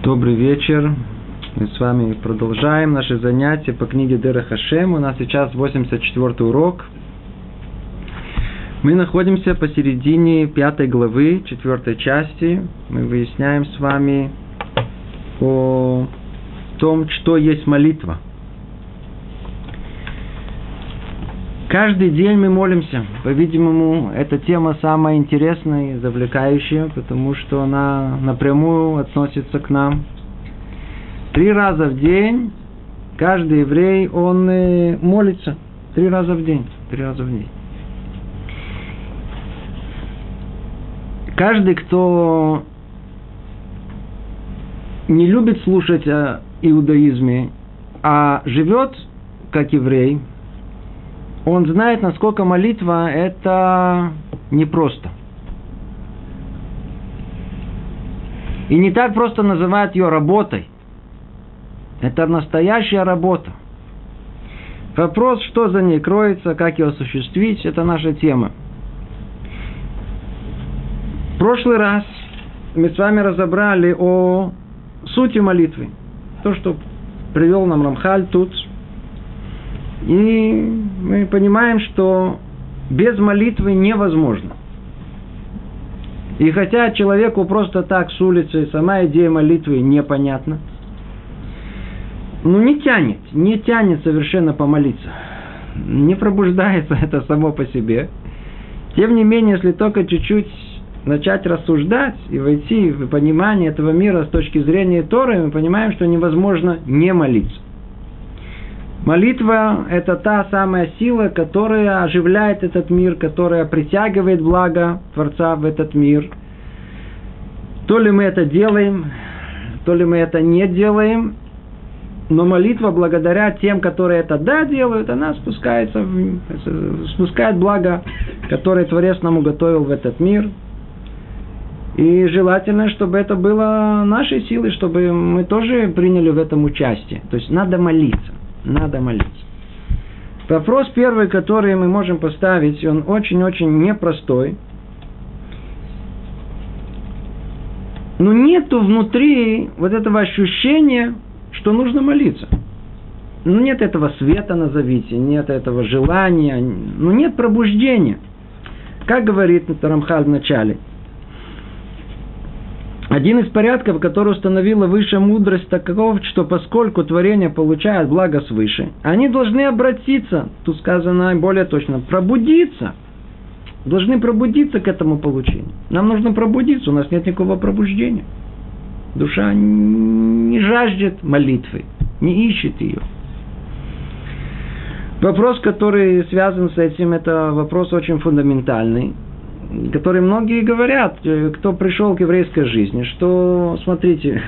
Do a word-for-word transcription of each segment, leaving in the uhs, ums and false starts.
Добрый вечер. Мы с вами продолжаем наши занятия по книге Дерех Хашем. У нас сейчас восемьдесят четвёртый урок. Мы находимся посередине пятой главы, четвёртой части. Мы выясняем с вами о том, что есть молитва. Каждый день мы молимся. По-видимому, эта тема самая интересная и завлекающая, потому что она напрямую относится к нам. Три раза в день каждый еврей, он молится. Три раза в день. Три раза в день. Каждый, кто не любит слушать о иудаизме, а живет как еврей, он знает, насколько молитва – это непросто. И не так просто называют ее работой. Это настоящая работа. Вопрос, что за ней кроется, как ее осуществить – это наша тема. В прошлый раз мы с вами разобрали о сути молитвы. То, что привел нам Рамхаль тут. И мы понимаем, что без молитвы невозможно. И хотя человеку просто так с улицы сама идея молитвы непонятна, но не тянет, не тянет совершенно помолиться. Не пробуждается это само по себе. Тем не менее, если только чуть-чуть начать рассуждать и войти в понимание этого мира с точки зрения Торы, мы понимаем, что невозможно не молиться. Молитва – это та самая сила, которая оживляет этот мир, которая притягивает благо Творца в этот мир. То ли мы это делаем, то ли мы это не делаем, но молитва, благодаря тем, которые это да делают, она спускается, в, спускает благо, которое Творец нам уготовил в этот мир. И желательно, чтобы это было нашей силой, чтобы мы тоже приняли в этом участие. То есть надо молиться. Надо молиться. Вопрос первый, который мы можем поставить, он очень-очень непростой. Но нету внутри вот этого ощущения, что нужно молиться. Ну, нет этого света, назовите, нет этого желания, ну, нет пробуждения. Как говорит Рамхаль в начале. Один из порядков, который установила высшая мудрость, таков, что поскольку творение получает благо свыше, они должны обратиться, тут сказано более точно, пробудиться. Должны пробудиться к этому получению. Нам нужно пробудиться, у нас нет никакого пробуждения. Душа не жаждет молитвы, не ищет ее. Вопрос, который связан с этим, это вопрос очень фундаментальный, который многие говорят, кто пришел к еврейской жизни, что, смотрите,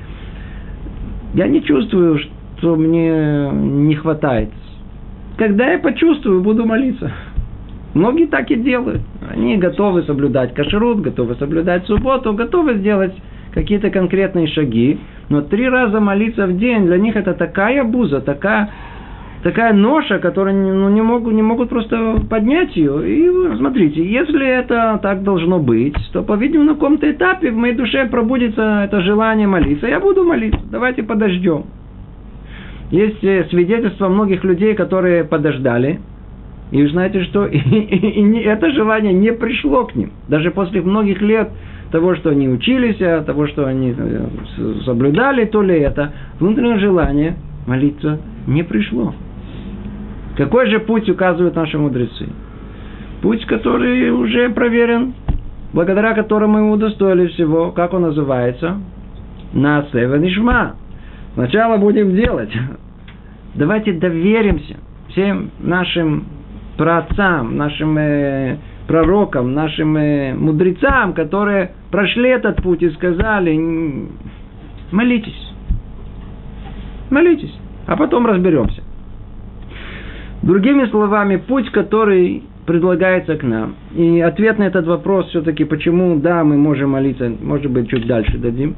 я не чувствую, что мне не хватает. Когда я почувствую, буду молиться. Многие так и делают. Они готовы соблюдать кашрут, готовы соблюдать субботу, готовы сделать какие-то конкретные шаги, но три раза молиться в день, для них это такая буза, такая... Такая ноша, которую ну, не, могут, не могут просто поднять ее. И смотрите, если это так должно быть, то, по-видимому, на каком-то этапе в моей душе пробудится это желание молиться. Я буду молиться. Давайте подождем. Есть свидетельства многих людей, которые подождали. И вы знаете, что и, и, и это желание не пришло к ним. Даже после многих лет того, что они учились, того, что они соблюдали, то ли это внутреннее желание молиться не пришло. Какой же путь указывают наши мудрецы? Путь, который уже проверен, благодаря которому мы удостоили всего, как он называется? Наасе венишма. Сначала будем делать. Давайте доверимся всем нашим праотцам, нашим э, пророкам, нашим э, мудрецам, которые прошли этот путь и сказали, молитесь. Молитесь, а потом разберемся. Другими словами, путь, который предлагается к нам. И ответ на этот вопрос все-таки, почему, да, мы можем молиться, может быть, чуть дальше дадим.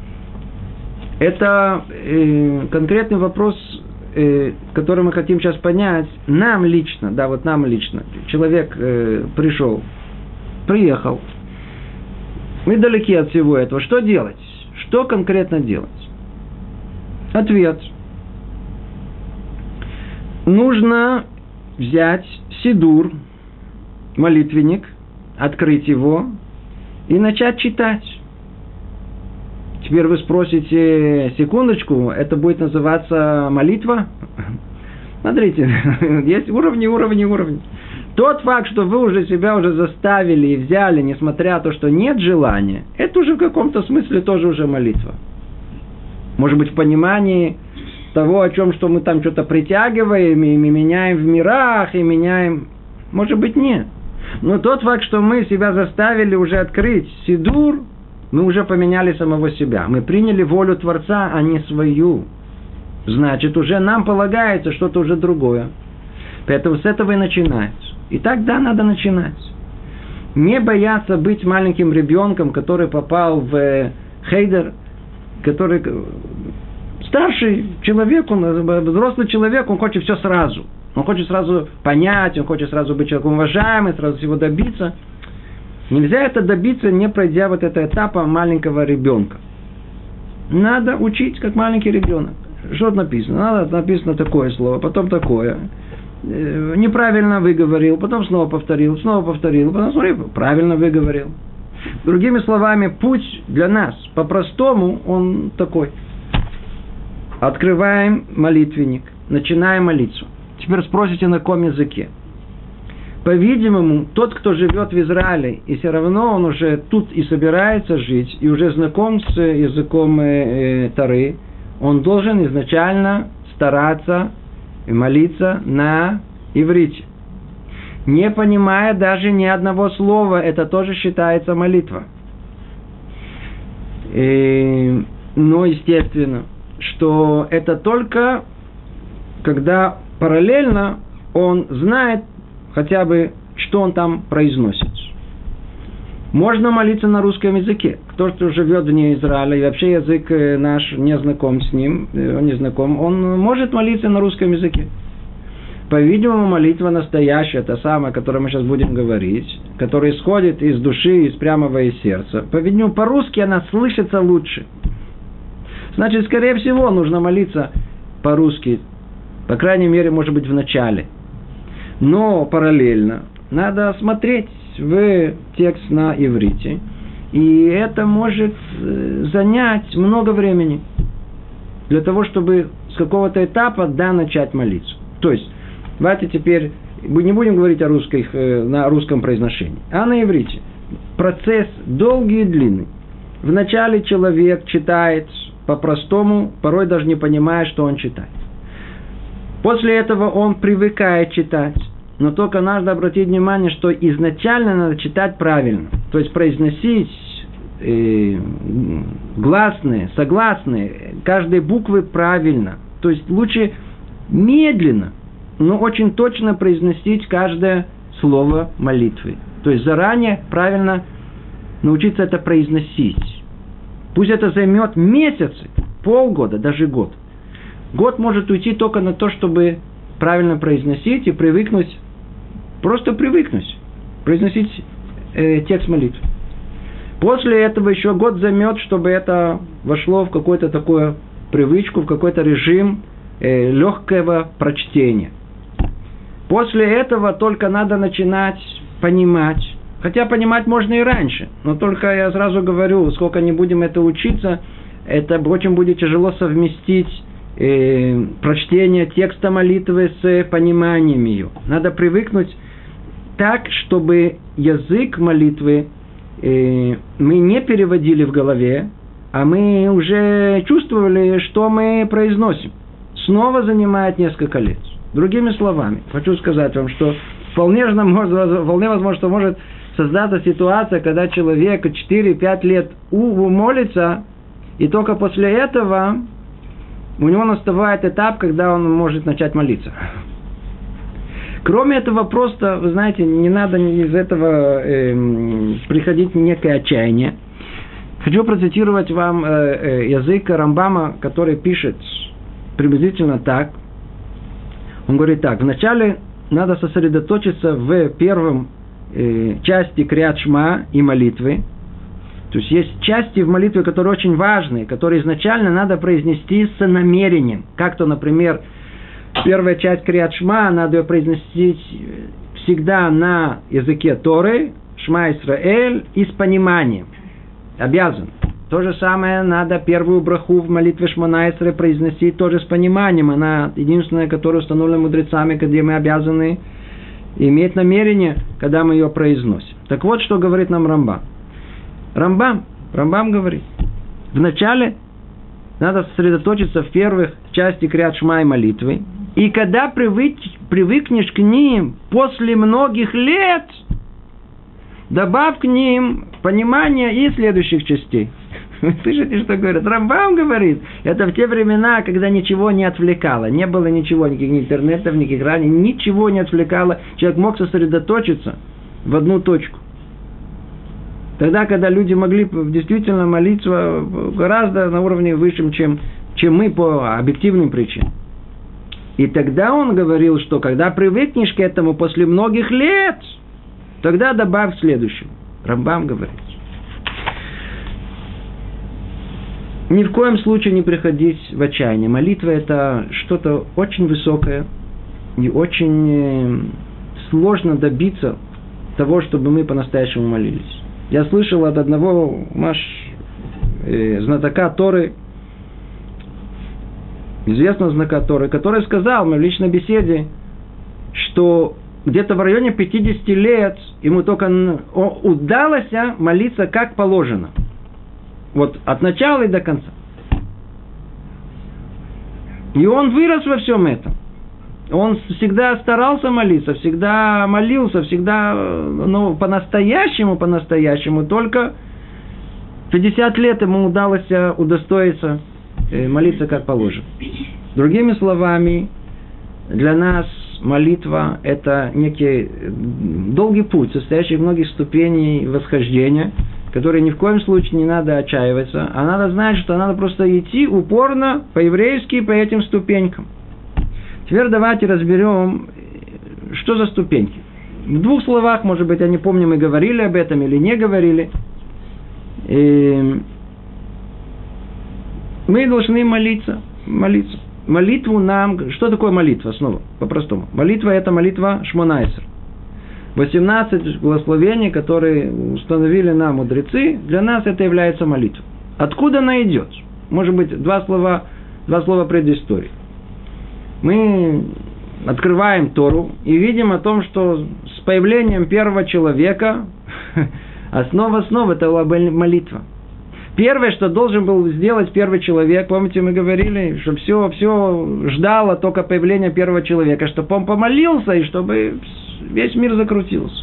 Это э, конкретный вопрос, э, который мы хотим сейчас понять. Нам лично, да, вот нам лично. Человек э, пришел, приехал. Мы далеки от всего этого. Что делать? Что конкретно делать? Ответ. Нужно взять сидур, молитвенник, открыть его и начать читать. Теперь вы спросите, секундочку, это будет называться молитва? Смотрите, есть уровни, уровни, уровни. Тот факт, что вы уже себя уже заставили и взяли, несмотря на то, что нет желания, это уже в каком-то смысле тоже уже молитва. Может быть, в понимании того, о чем, что мы там что-то притягиваем, и мы меняем в мирах, и меняем... Может быть, нет. Но тот факт, что мы себя заставили уже открыть сидур, мы уже поменяли самого себя. Мы приняли волю Творца, а не свою. Значит, уже нам полагается что-то уже другое. Поэтому с этого и начинается. И тогда надо начинать. Не бояться быть маленьким ребенком, который попал в хейдер, который старший человек, он, взрослый человек, он хочет все сразу. Он хочет сразу понять, он хочет сразу быть человеком уважаемым, сразу всего добиться. Нельзя это добиться, не пройдя вот этого этапа маленького ребенка. Надо учить, как маленький ребенок. Что написано? Надо написано такое слово, потом такое. Неправильно выговорил, потом снова повторил, снова повторил, потом смотри, правильно выговорил. Другими словами, путь для нас по-простому, он такой. Открываем молитвенник, начинаем молиться. Теперь спросите, на каком языке. По-видимому, тот, кто живет в Израиле, и все равно он уже тут и собирается жить, и уже знаком с языком э, Торы, он должен изначально стараться молиться на иврите. Не понимая даже ни одного слова, это тоже считается молитва. И, но, естественно, что это только когда параллельно он знает хотя бы, что он там произносит. Можно молиться на русском языке. Кто, кто живет вне Израиля, и вообще язык наш не знаком с ним, он не знаком, он может молиться на русском языке. По-видимому, молитва настоящая, та самая, о которой мы сейчас будем говорить, которая исходит из души, из прямого из сердца, по-видимому, по-русски она слышится лучше. Значит, скорее всего, нужно молиться по-русски, по крайней мере, может быть, в начале. Но параллельно надо смотреть в текст на иврите, и это может занять много времени для того, чтобы с какого-то этапа, да, начать молиться. То есть, давайте теперь мы не будем говорить о русских, на русском произношении, а на иврите. Процесс долгий и длинный. Вначале человек читает по-простому, порой даже не понимая, что он читает. После этого он привыкает читать. Но только надо обратить внимание, что изначально надо читать правильно. То есть произносить э, гласные, согласные, каждой буквы правильно. То есть лучше медленно, но очень точно произносить каждое слово молитвы. То есть заранее правильно научиться это произносить. Пусть это займет месяцы, полгода, даже год. Год может уйти только на то, чтобы правильно произносить и привыкнуть, просто привыкнуть, произносить э, текст молитвы. После этого еще год займет, чтобы это вошло в какую-то такую привычку, в какой-то режим э, легкого прочтения. После этого только надо начинать понимать. Хотя понимать можно и раньше, но только я сразу говорю, сколько не будем это учиться, это очень будет тяжело совместить э, прочтение текста молитвы с пониманием ее. Надо привыкнуть так, чтобы язык молитвы э, мы не переводили в голове, а мы уже чувствовали, что мы произносим. Снова занимает несколько лет. Другими словами, хочу сказать вам, что вполне, вполне возможно, что может создаться ситуация, когда человек четыре-пять лет молится, и только после этого у него наступает этап, когда он может начать молиться. Кроме этого, просто, вы знаете, не надо из этого э, приходить в некое отчаяние. Хочу процитировать вам э, э, язык Рамбама, который пишет приблизительно так. Он говорит так: вначале надо сосредоточиться в первом э, части Криат Шма и молитвы, То есть есть части в молитве, которые очень важны, которые изначально надо произнести с намерением. Как то, например, первая часть Криат Шма, надо ее произносить всегда на языке Торы, Шма Исраэль, и с пониманием. Обязан. То же самое надо первую браху в молитве Шмона Исрэ произносить тоже с пониманием. Она единственная, которая установлена мудрецами, где мы обязаны иметь намерение, когда мы ее произносим. Так вот, что говорит нам Рамбам. Рамбам, Рамбам говорит, вначале надо сосредоточиться в первых части Криат Шма и молитвы. И когда привык, привыкнешь к ним после многих лет, добавь к ним понимание и следующих частей. Вы слышите, что говорит? Рамбам говорит, это в те времена, когда ничего не отвлекало. Не было ничего, никаких ни интернетов, никаких экраний, ничего не отвлекало. Человек мог сосредоточиться в одну точку. Тогда, когда люди могли действительно молиться гораздо на уровне высшем, чем, чем мы по объективным причинам. И тогда он говорил, что когда привыкнешь к этому после многих лет, тогда добавь следующее. Рамбам говорит. Ни в коем случае не приходить в отчаяние. Молитва – это что-то очень высокое и очень сложно добиться того, чтобы мы по-настоящему молились. Я слышал от одного маш, э, знатока Торы, известного знатока Торы, который сказал в личной беседе, что где-то в районе пятидесяти лет ему только удалось молиться как положено. Вот от начала и до конца. И он вырос во всем этом. Он всегда старался молиться, всегда молился, всегда, ну, по-настоящему, по-настоящему. Только в пятьдесят лет ему удалось удостоиться молиться как положено. Другими словами, для нас молитва – это некий долгий путь, состоящий из многих ступеней восхождения, которые ни в коем случае не надо отчаиваться, а надо знать, что надо просто идти упорно, по-еврейски, по этим ступенькам. Теперь давайте разберем, что за ступеньки. В двух словах, может быть, я не помню, мы говорили об этом или не говорили. И мы должны молиться, молиться. Молитву нам... Что такое молитва? Снова, по-простому. Молитва – это молитва Шмона Исрэ. восемнадцать благословений, которые установили нам мудрецы, для нас это является молитвой. Откуда она идет? Может быть, два слова, два слова предыстории. Мы открываем Тору и видим о том, что с появлением первого человека основа основ – это была молитва. Первое, что должен был сделать первый человек, помните, мы говорили, что все, все ждало только появления первого человека, чтобы он помолился и чтобы весь мир закрутился.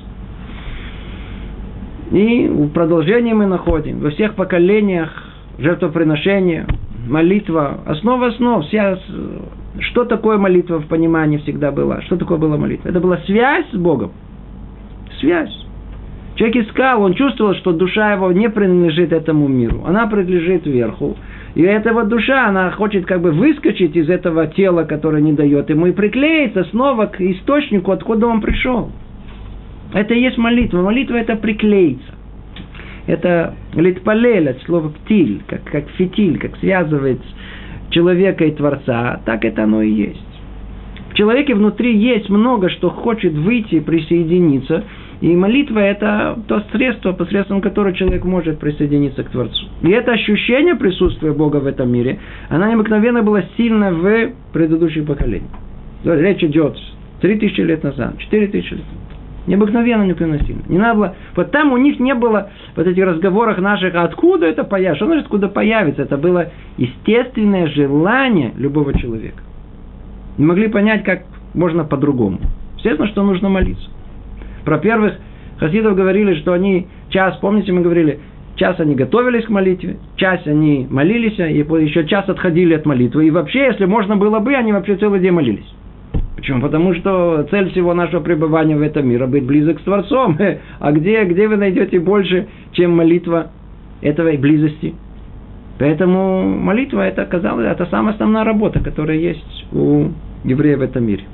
И в продолжении мы находим во всех поколениях жертвоприношения, молитва, основа основ. Вся, что такое молитва в понимании всегда была? Что такое была молитва? Это была связь с Богом. Связь. Человек искал, он чувствовал, что душа его не принадлежит этому миру. Она принадлежит верху. И эта вот душа, она хочет как бы выскочить из этого тела, которое не дает ему, и приклеиться снова к источнику, откуда он пришел. Это и есть молитва. Молитва – это приклеиться. Это литпалель, от слова ктиль, как, как фитиль, как связывает человека и Творца. Так это оно и есть. В человеке внутри есть много, что хочет выйти и присоединиться. И молитва – это то средство, посредством которого человек может присоединиться к Творцу. И это ощущение присутствия Бога в этом мире, она необыкновенно была сильна в предыдущих поколениях. Речь идет три тысячи лет назад, четыре тысячи лет назад. Необыкновенно, необыкновенно сильно. Не надо было, вот там у них не было вот этих разговорах наших, откуда это появится, что значит, откуда появится. Это было естественное желание любого человека. Не могли понять, как можно по-другому. Естественно, что нужно молиться. Про первых хасидов говорили, что они час, помните, мы говорили, час они готовились к молитве, час они молились, и еще час отходили от молитвы. И вообще, если можно было бы, они вообще целый день молились. Почему? Потому что цель всего нашего пребывания в этом мире – быть близок с Творцом. А где, где вы найдете больше, чем молитва этой близости? Поэтому молитва – это, казалось, это самая основная работа, которая есть у евреев в этом мире.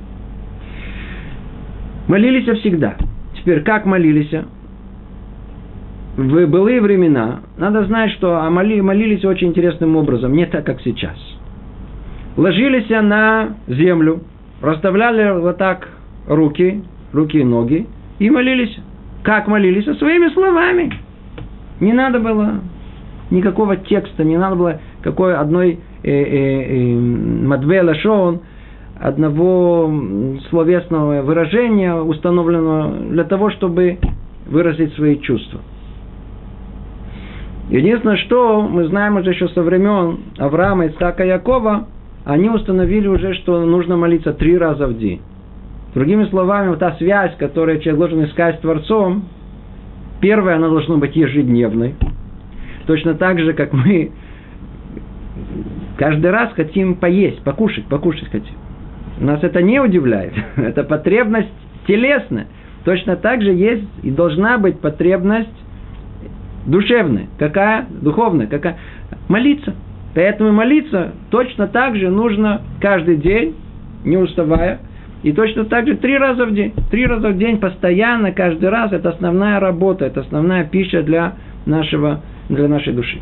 Молились всегда. Теперь, как молились? в былые времена, надо знать, что молились очень интересным образом, не так, как сейчас. Ложились на землю, расставляли вот так руки, руки и ноги, и молились. Как молились? Со своими словами. Не надо было никакого текста, не надо было какой одной мадве лашон, одного словесного выражения, установленного для того, чтобы выразить свои чувства. Единственное, что мы знаем уже еще со времен Авраама, Ицхака и Якова, они установили уже, что нужно молиться три раза в день. Другими словами, вот та связь, которую человек должен искать с Творцом, первая, она должна быть ежедневной. Точно так же, как мы каждый раз хотим поесть, покушать, покушать хотим. Нас это не удивляет. Это потребность телесная. Точно так же есть и должна быть потребность душевная. Какая? Духовная. Какая? Молиться. Поэтому молиться точно так же нужно каждый день, не уставая. И точно так же три раза в день. Три раза в день постоянно, каждый раз. Это основная работа, это основная пища для, нашего, для нашей души.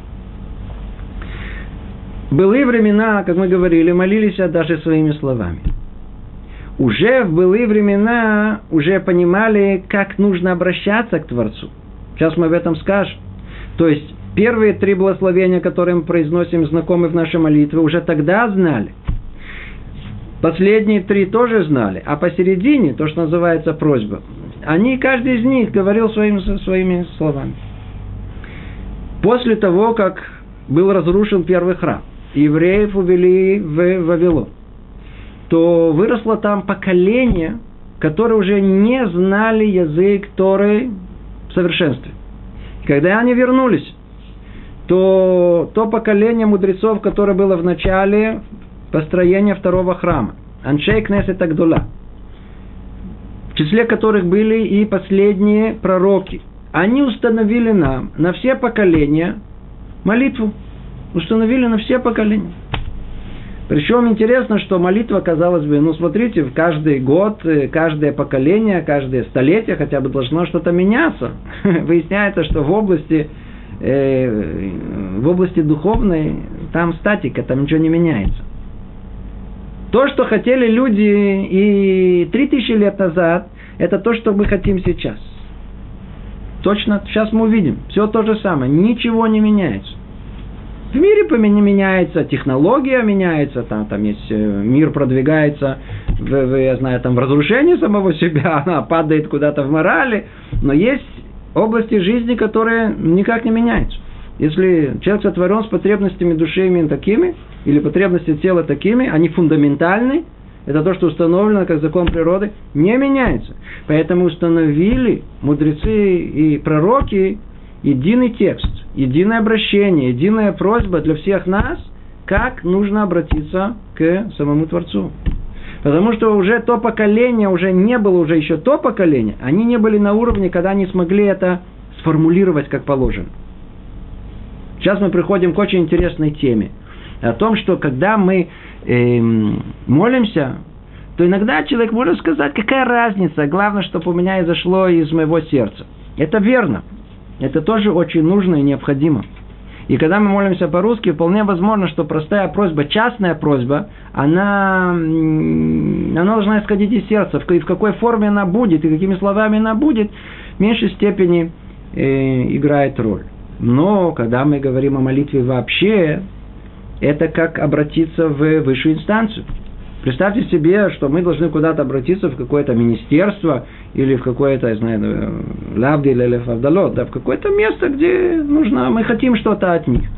В былые времена, как мы говорили, молились даже своими словами. Уже в былые времена уже понимали, как нужно обращаться к Творцу. Сейчас мы об этом скажем. То есть, первые три благословения, которые мы произносим, знакомы в нашей молитве, уже тогда знали. Последние три тоже знали. А посередине, то, что называется просьба, они, каждый из них говорил своими, своими словами. После того, как был разрушен первый храм, евреев увели в Вавилон, то выросло там поколение, которые уже не знали язык Торы в совершенстве. И когда они вернулись, то то поколение мудрецов, которое было в начале построения второго храма, Аншей Кнесет Агдола, в числе которых были и последние пророки, они установили нам на все поколения молитву. Установили на все поколения. Причем интересно, что молитва, казалось бы, ну смотрите, в каждый год, каждое поколение, каждое столетие хотя бы должно что-то меняться. Выясняется, что в области, э, в области духовной там статика, там ничего не меняется. То, что хотели люди и три тысячи лет назад, это то, что мы хотим сейчас. Точно, сейчас мы увидим. Все то же самое, ничего не меняется. В мире меняется, технология меняется, там, там есть, мир продвигается в, в, я знаю, там, в разрушении самого себя, она падает куда-то в морали, но есть области жизни, которые никак не меняются. Если человек сотворен с потребностями души именно такими, или потребности тела такими, они фундаментальны, это то, что установлено как закон природы, не меняется. Поэтому установили мудрецы и пророки единый текст, единое обращение, единая просьба для всех нас, как нужно обратиться к самому Творцу. Потому что уже то поколение, уже не было уже еще то поколение, они не были на уровне, когда они смогли это сформулировать как положено. Сейчас мы приходим к очень интересной теме. О том, что когда мы э, молимся, то иногда человек может сказать, какая разница, главное, чтобы у меня изошло из моего сердца. Это верно. Это тоже очень нужно и необходимо. И когда мы молимся по-русски, вполне возможно, что простая просьба, частная просьба, она, она должна исходить из сердца. И в какой форме она будет, и какими словами она будет, в меньшей степени э, играет роль. Но когда мы говорим о молитве вообще, это как обратиться в высшую инстанцию. Представьте себе, что мы должны куда-то обратиться в какое-то министерство или в какое-то, я знаю, лавдиль или фавдалот, да, в какое-то место, где нужно, мы хотим что-то от них.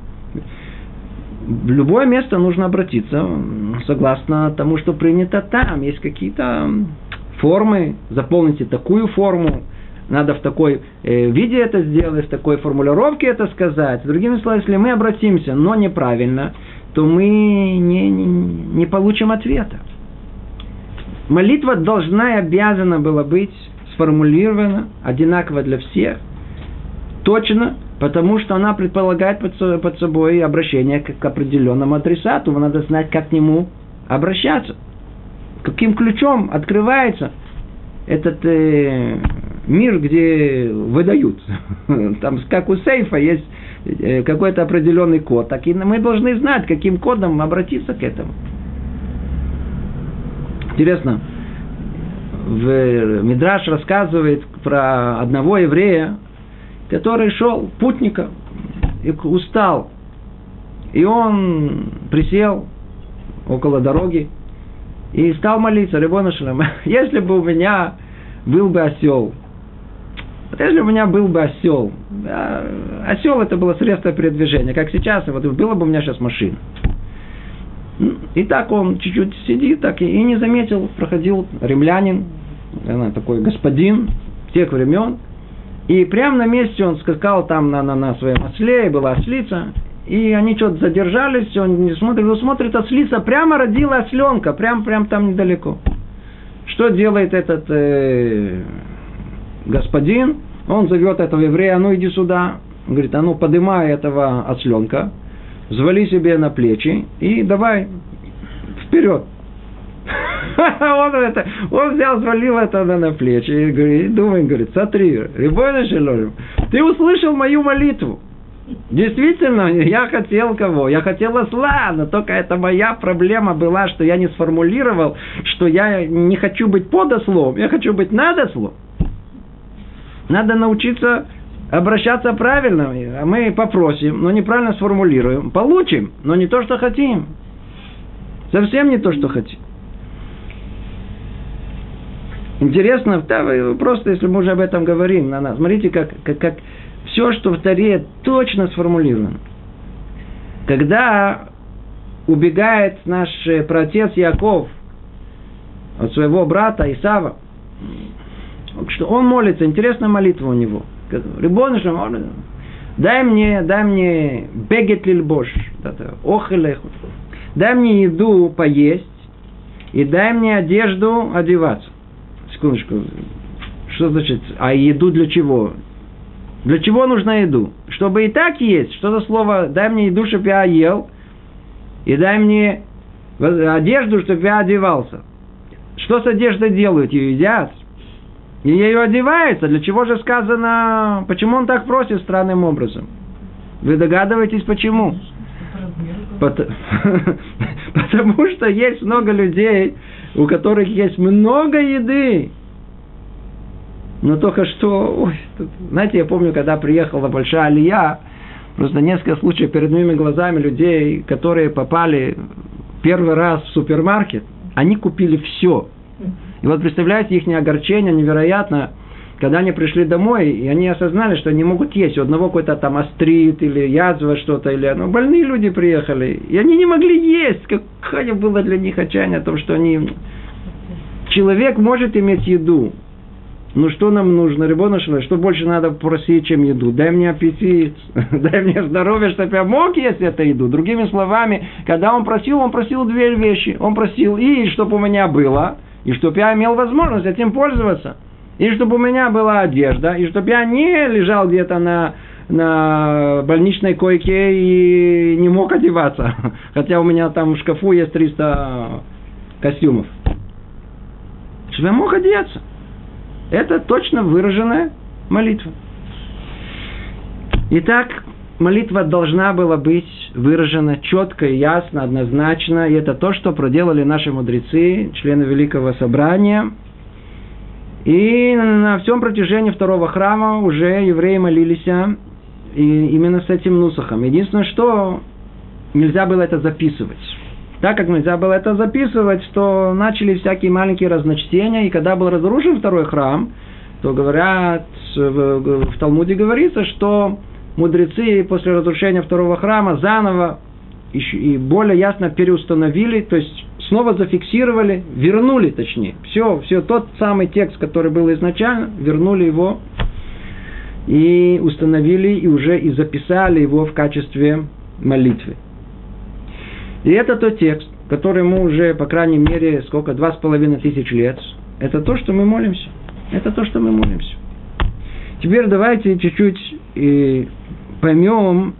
В любое место нужно обратиться согласно тому, что принято там. Есть какие-то формы, заполните такую форму, надо в такой э, виде это сделать, в такой формулировке это сказать. Другими словами, если мы обратимся, но неправильно, то мы не, не, не получим ответа. Молитва должна и обязана была быть сформулирована одинаково для всех, точно, потому что она предполагает под, под собой обращение к, к определенному адресату. Надо знать, как к нему обращаться. Каким ключом открывается этот э, мир, где выдают. Там, как у сейфа, есть какой-то определенный код. Так и мы должны знать, каким кодом обратиться к этому. Интересно, в Мидраш рассказывает про одного еврея, который шел, путника, и устал. И он присел около дороги и стал молиться: Рибоно шель олам, если бы у меня был бы осел, вот если бы у меня был бы осел, осел это было средство передвижения, как сейчас, вот было бы у меня сейчас машина. И так он чуть-чуть сидит, так и не заметил, проходил римлянин, такой господин тех времен, и прямо на месте он скакал там на, на, на своем осле, и была ослица, и они что-то задержались, он не смотрит, он смотрит, ослица прямо родила осленка, прямо, прямо там недалеко. Что делает этот э, господин? Он зовет этого еврея: а ну иди сюда. Он говорит: а ну подымай этого осленка, взвали себе на плечи и давай вперед. Он, это, он взял, взвалил это на плечи и говорит, думает, говорит: смотри, Рибоно шель олам, ты услышал мою молитву. Действительно, я хотел кого? Я хотел осла, но только это моя проблема была, что я не сформулировал, что я не хочу быть под ослом, я хочу быть над ослом. Надо научиться обращаться правильно, а мы попросим, но неправильно сформулируем, получим, но не то, что хотим. Совсем не то, что хотим. Интересно, да, просто если мы уже об этом говорим, на нас, смотрите, как, как, как все, что в Торе, точно сформулировано. Когда убегает наш праотец Яков от своего брата Исава, что он молится, интересная молитва у него. Рибоно шель олам, дай мне, дай мне бегет лильбош, охелеху, дай мне еду поесть и дай мне одежду одеваться. Секундочку, что значит, а еду для чего? Для чего нужна еду? Чтобы и так есть. Что за слово? Дай мне еду, чтобы я ел. И дай мне одежду, чтобы я одевался. Что с одеждой делают? Ее едят. И ее одевается. Для чего же сказано? Почему он так просит странным образом? Вы догадываетесь, почему? Потому что есть много людей, у которых есть много еды. Но только что, ой, знаете, я помню, когда приехала большая алия, просто несколько случаев перед моими глазами людей, которые попали первый раз в супермаркет, они купили все. И вот представляете, их огорчение невероятно, когда они пришли домой, и они осознали, что они могут есть. У одного какой-то там астрит, или язва что-то, или ну, больные люди приехали, и они не могли есть. Какое было для них отчаяние о том, что они... Человек может иметь еду. Ну, что нам нужно, Рибоно шель олам, что больше надо просить, чем еду? Дай мне аппетит, дай мне здоровье, чтобы я мог есть эту еду. Другими словами, когда он просил, он просил две вещи. Он просил и чтобы у меня было, и чтобы я имел возможность этим пользоваться. И чтобы у меня была одежда, и чтобы я не лежал где-то на, на больничной койке и не мог одеваться. Хотя у меня там в шкафу есть триста костюмов. Чтобы я мог одеться. Это точно выраженная молитва. Итак, молитва должна была быть выражена четко и ясно, однозначно. И это то, что проделали наши мудрецы, члены Великого Собрания. И на всем протяжении второго храма уже евреи молились и именно с этим нусахом. Единственное, что нельзя было это записывать. Так как нельзя было это записывать, то начали всякие маленькие разночтения. И когда был разрушен второй храм, то говорят, в, в Талмуде говорится, что мудрецы после разрушения второго храма заново и более ясно переустановили, то есть снова зафиксировали, вернули точнее. Все, все, тот самый текст, который был изначально, вернули его и установили, и уже и записали его в качестве молитвы. И это тот текст, который мы уже, по крайней мере, сколько, два с половиной тысяч лет, это то, что мы молимся. Это то, что мы молимся. Теперь давайте чуть-чуть и поймем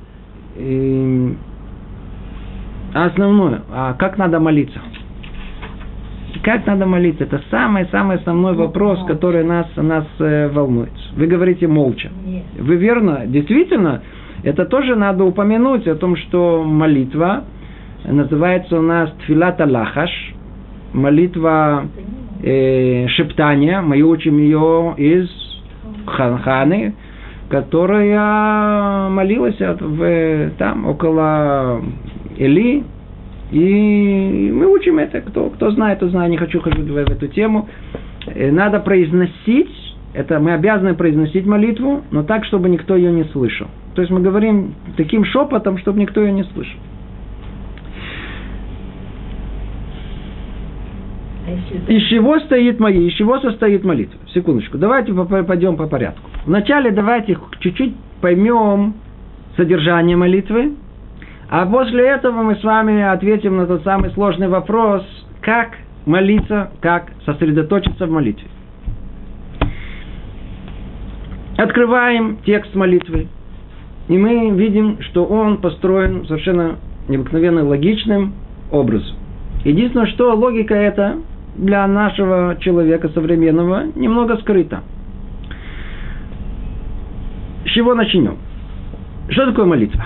и основное, а как надо молиться. Как надо молиться? Это самый-самый основной вопрос, который нас, нас э, волнует. Вы говорите молча. Вы верно? Действительно, это тоже надо упомянуть о том, что молитва называется у нас тфилат алахаш, молитва э, шептания. Мы учим ее из Ханы, которая молилась в, там, около Эли. И мы учим это, кто, кто знает, кто знает, не хочу ходить в эту тему. Надо произносить, это мы обязаны произносить молитву, но так, чтобы никто ее не слышал. То есть мы говорим таким шепотом, чтобы никто ее не слышал. Из чего стоит мои, из чего состоит молитва? Секундочку, давайте пойдем по порядку. Вначале давайте чуть-чуть поймем содержание молитвы, а после этого мы с вами ответим на тот самый сложный вопрос, как молиться, как сосредоточиться в молитве. Открываем текст молитвы, и мы видим, что он построен совершенно необыкновенно логичным образом. Единственное, что логика эта для нашего человека современного немного скрыта. С чего начнем? Что такое молитва?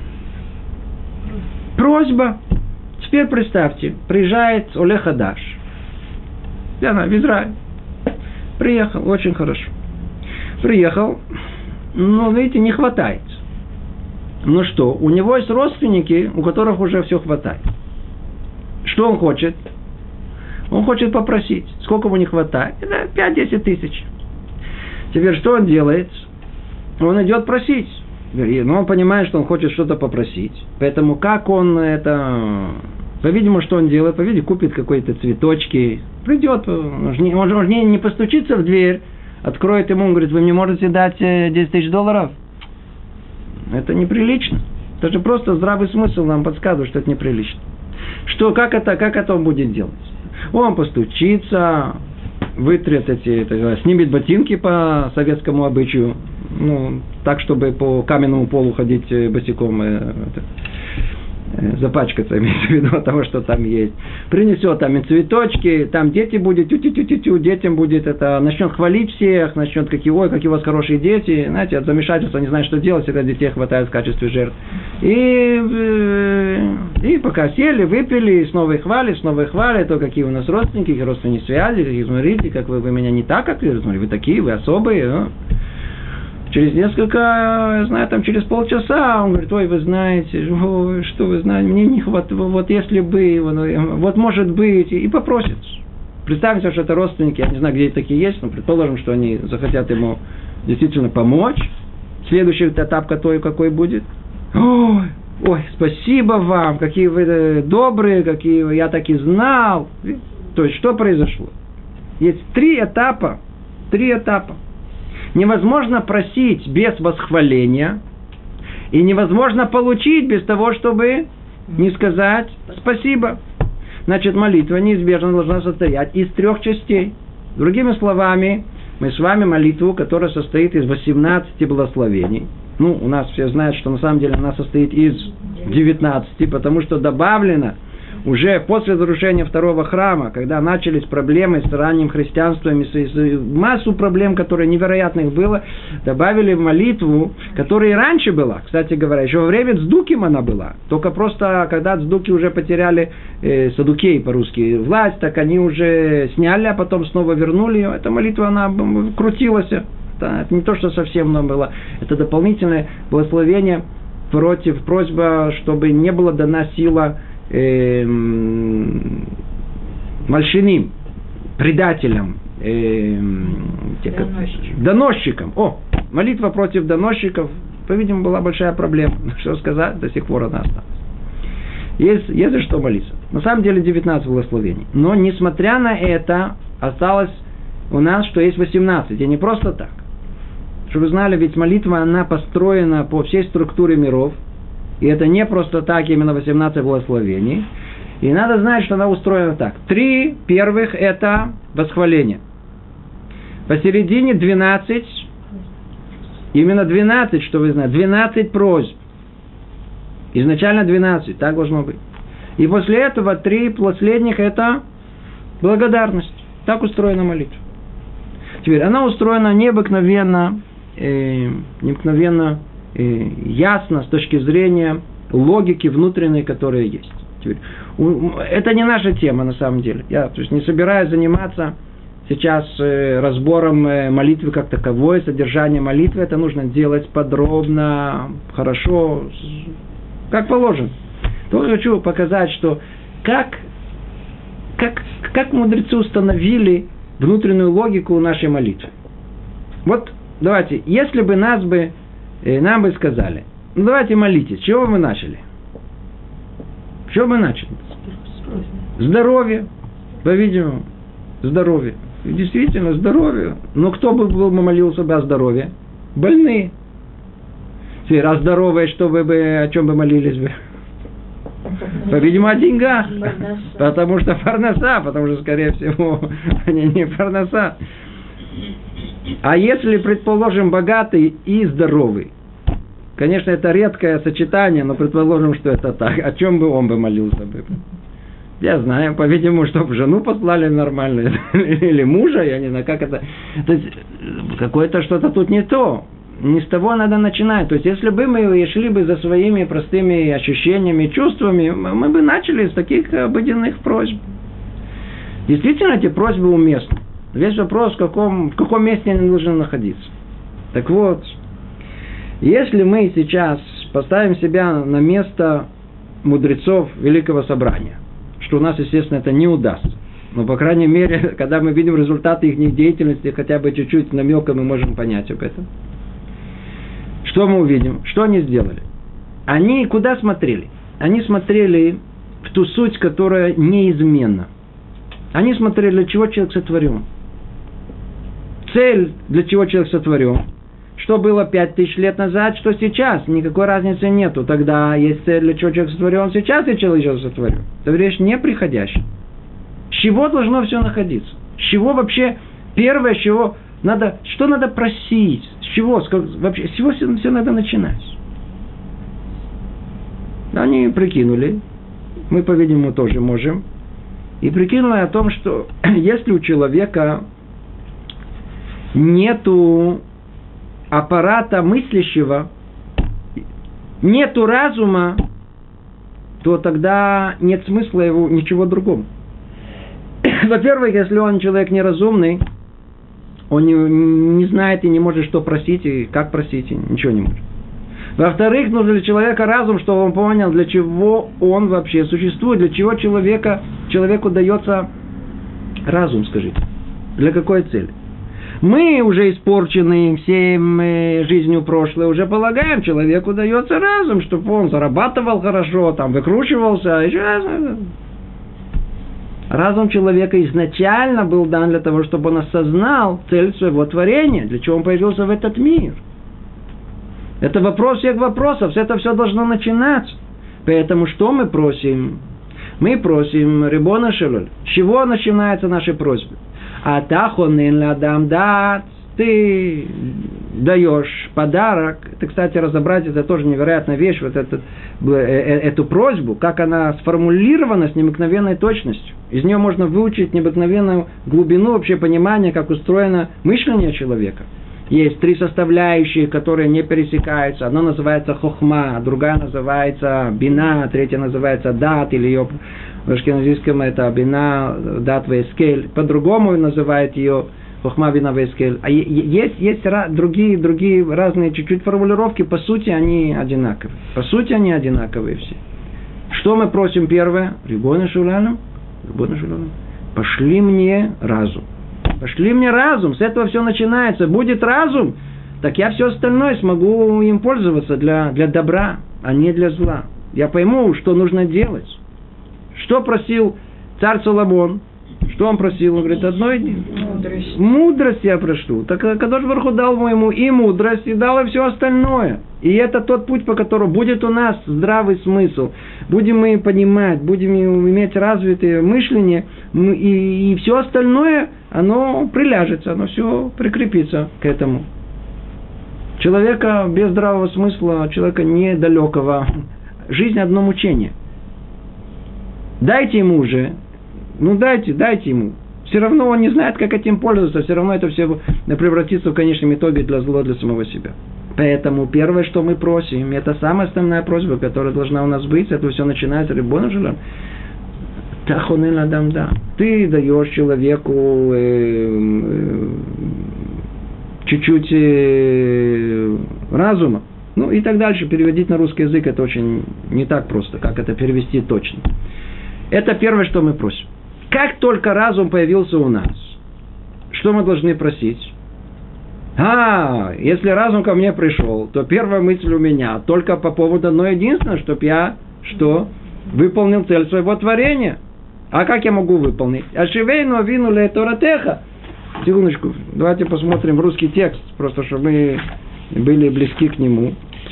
Просьба. Теперь представьте, приезжает Олег Хадаш. Я знаю, в Израиль. Приехал, очень хорошо. Приехал, но, видите, не хватает. Ну что, у него есть родственники, у которых уже все хватает. Что он хочет? Он хочет попросить. Сколько ему не хватает? Да, пять-десять тысяч. Теперь что он делает? Он идет просить. Но он понимает, что он хочет что-то попросить. Поэтому как он это... По-видимому, что он делает? По-видимому, купит какие-то цветочки. Придет. Он же не, он же не, не постучится в дверь. Откроет ему, он говорит, вы мне можете дать десять тысяч долларов? Это неприлично. Это же просто здравый смысл нам подсказывает, что это неприлично. Что, как это, как это он будет делать? Он постучится, вытрет эти, это, снимет ботинки по советскому обычаю, ну, так, чтобы по каменному полу ходить босиком, это, запачкаться, имеется в виду от того, что там есть. Принесет там и цветочки, там дети будут, тю-тю-тю-тю, детям будет это, начнет хвалить всех, начнет, какие, ой, какие у вас хорошие дети, знаете, от замешательства не знают, что делать, когда детей хватает в качестве жертв. И, и пока сели, выпили, снова их хвалят, снова их хвалят, то какие у нас родственники, какие родственные связи, какие, смотрите, как вы, вы меня не так, как вы, смотрите, вы такие, вы особые, а? Через несколько, я знаю, там через полчаса он говорит, ой, вы знаете, ой, что вы знаете, мне не хватает, вот если бы, вот может быть, и попросит. Представьте, что это родственники, я не знаю, где такие есть, но предположим, что они захотят ему действительно помочь. Следующий этап какой, какой будет? Ой, ой, спасибо вам, какие вы добрые, какие вы, я так и знал. То есть, что произошло? Есть три этапа, три этапа. Невозможно просить без восхваления, и невозможно получить без того, чтобы не сказать спасибо. Значит, молитва неизбежно должна состоять из трех частей. Другими словами, мы с вами молитву, которая состоит из восемнадцати благословений. Ну, у нас все знают, что на самом деле она состоит из девятнадцати, потому что добавлено уже после разрушения второго храма, когда начались проблемы с ранним христианством, и массу проблем, которые невероятных было, добавили в молитву, которая и раньше была, кстати говоря, еще во время Цдуким она была, только просто, когда Цдуки уже потеряли, э, Садукей по-русски, власть, так они уже сняли, а потом снова вернули ее, эта молитва, она крутилась, это не то, что совсем нам было, это дополнительное благословение против, просьба, чтобы не была дана сила мальшиним, предателям, доносчикам. доносчикам. О, молитва против доносчиков, по-видимому, была большая проблема. Что сказать, до сих пор она осталась. Есть, есть за что молиться. На самом деле девятнадцать благословений. Но, несмотря на это, осталось у нас, что есть восемнадцать. И не просто так. Чтобы вы знали, ведь молитва, она построена по всей структуре миров. И это не просто так, именно восемнадцать благословений. И надо знать, что она устроена так. Три первых – это восхваление. Посередине двенадцать, именно двенадцать, что вы знаете, двенадцать просьб. Изначально двенадцать, так должно быть. И после этого три последних – это Благодарность. Так устроена молитва. Теперь, она устроена необыкновенно, э, необыкновенно э, ясно с точки зрения логики внутренней, которая есть. Теперь, у, это не наша тема на самом деле. Я то есть, не собираюсь заниматься сейчас э, разбором э, молитвы как таковой, содержание молитвы. Это нужно делать подробно, хорошо, как положено. Только хочу показать, что как, как, как мудрецы установили внутреннюю логику нашей молитвы. Вот, давайте, если бы нас бы, э, нам бы сказали, ну давайте молитесь, с чего вы начали? С чего мы начали? Здоровье, по-видимому, здоровье. Действительно, здоровье. Но кто бы был бы молился бы о здоровье? Больные. Теперь, а здоровые, что вы бы, о чем бы молились бы? По-видимому, о деньгах. Потому что парноса, потому что, скорее всего, они не парноса. А если, предположим, богатый и здоровый, конечно, это редкое сочетание, но предположим, что это так. О чем бы он бы молился бы? Я знаю, по-видимому, чтобы жену послали нормально, или мужа, я не знаю, как это. То есть, какое-то что-то тут не то. Не с того надо начинать. То есть, если бы мы шли бы за своими простыми ощущениями, чувствами, мы бы начали с таких обыденных просьб. Действительно, эти просьбы уместны. Весь вопрос, в каком, в каком месте они должны находиться. Так вот, если мы сейчас поставим себя на место мудрецов Великого Собрания, что у нас, естественно, это не удастся, но, по крайней мере, когда мы видим результаты их деятельности, хотя бы чуть-чуть намека мы можем понять об этом. Что мы увидим? Что они сделали? Они куда смотрели? Они смотрели в ту суть, которая неизменна. Они смотрели, для чего человек сотворен. Цель, для чего человек сотворен. Что было пять тысяч лет назад, что сейчас. Никакой разницы нету. Тогда есть цель, для чего человек сотворен. Сейчас и человек еще сотворен. Это вещь неприходящая. С чего должно все находиться? С чего вообще первое, с чего надо, что надо просить? С чего? Вообще, с чего все, все надо начинать? Они прикинули. Мы, по-видимому, тоже можем. И прикинули о том, что если у человека нету аппарата мыслящего, нету разума, то тогда нет смысла его ничего другого. Во-первых, если он человек неразумный, он не, не знает и не может что просить, и как просить, и ничего не может. Во-вторых, нужно для человека разум, чтобы он понял, для чего он вообще существует, для чего человека, человеку дается разум, скажите. Для какой цели? Мы уже испорчены всем жизнью прошлой, уже полагаем, человеку дается разум, чтобы он зарабатывал хорошо, там, выкручивался. Еще раз. Разум человека изначально был дан для того, чтобы он осознал цель своего творения, для чего он появился в этот мир. Это вопрос всех вопросов, это все должно начинаться. Поэтому что мы просим? Мы просим Рибона Шелоль. С чего начинаются наши просьбы? Атахонен ладам дат. Ты даешь подарок. Это, кстати, разобрать, это тоже невероятная вещь, вот этот, эту просьбу, как она сформулирована с необыкновенной точностью. Из нее можно выучить необыкновенную глубину вообще понимания, как устроено мышление человека. Есть три составляющие, которые не пересекаются. Одна называется хохма, другая называется бина, третья называется дат, или ее в ашкеназийском это бина, дат, вейскель. По-другому называют ее хохма, бина, вейскель. А есть, есть другие, другие разные чуть-чуть формулировки, по сути они одинаковые. По сути они одинаковые все. Что мы просим первое? Рибона Шулану, Рибона Шулану, пошли мне разум. Пошли мне разум, с этого все начинается. Будет разум, так я все остальное смогу им пользоваться для, для добра, а не для зла. Я пойму, что нужно делать. Что просил царь Соломон? Что он просил? Он говорит, одной мудрость. Мудрость я прошу. Так Кадош Барух Ху дал ему и мудрость, и дал и все остальное. И это тот путь, по которому будет у нас здравый смысл. Будем мы понимать, будем иметь развитое мышление, и, и все остальное, оно приляжется, оно все прикрепится к этому. Человека без здравого смысла, человека недалекого, жизнь одно мучение. Дайте ему уже Ну дайте, дайте ему. Все равно он не знает, как этим пользоваться, все равно это все превратится в конечном итоге для зла для самого себя. Поэтому первое, что мы просим, это самая основная просьба, которая должна у нас быть, это все начинается рибону шелем. Тахонен адам да. Ты даешь человеку э, э, чуть-чуть э, разума. Ну и так дальше. Переводить на русский язык это очень не так просто, как это перевести точно. Это первое, что мы просим. Как только разум появился у нас, что мы должны просить? А, если разум ко мне пришел, то первая мысль у меня только по поводу одно единственное, чтобы я, что? Выполнил цель своего творения. А как я могу выполнить? Ашивейну авину ле торатеха. Секундочку, давайте посмотрим русский текст, просто чтобы мы были близки к нему.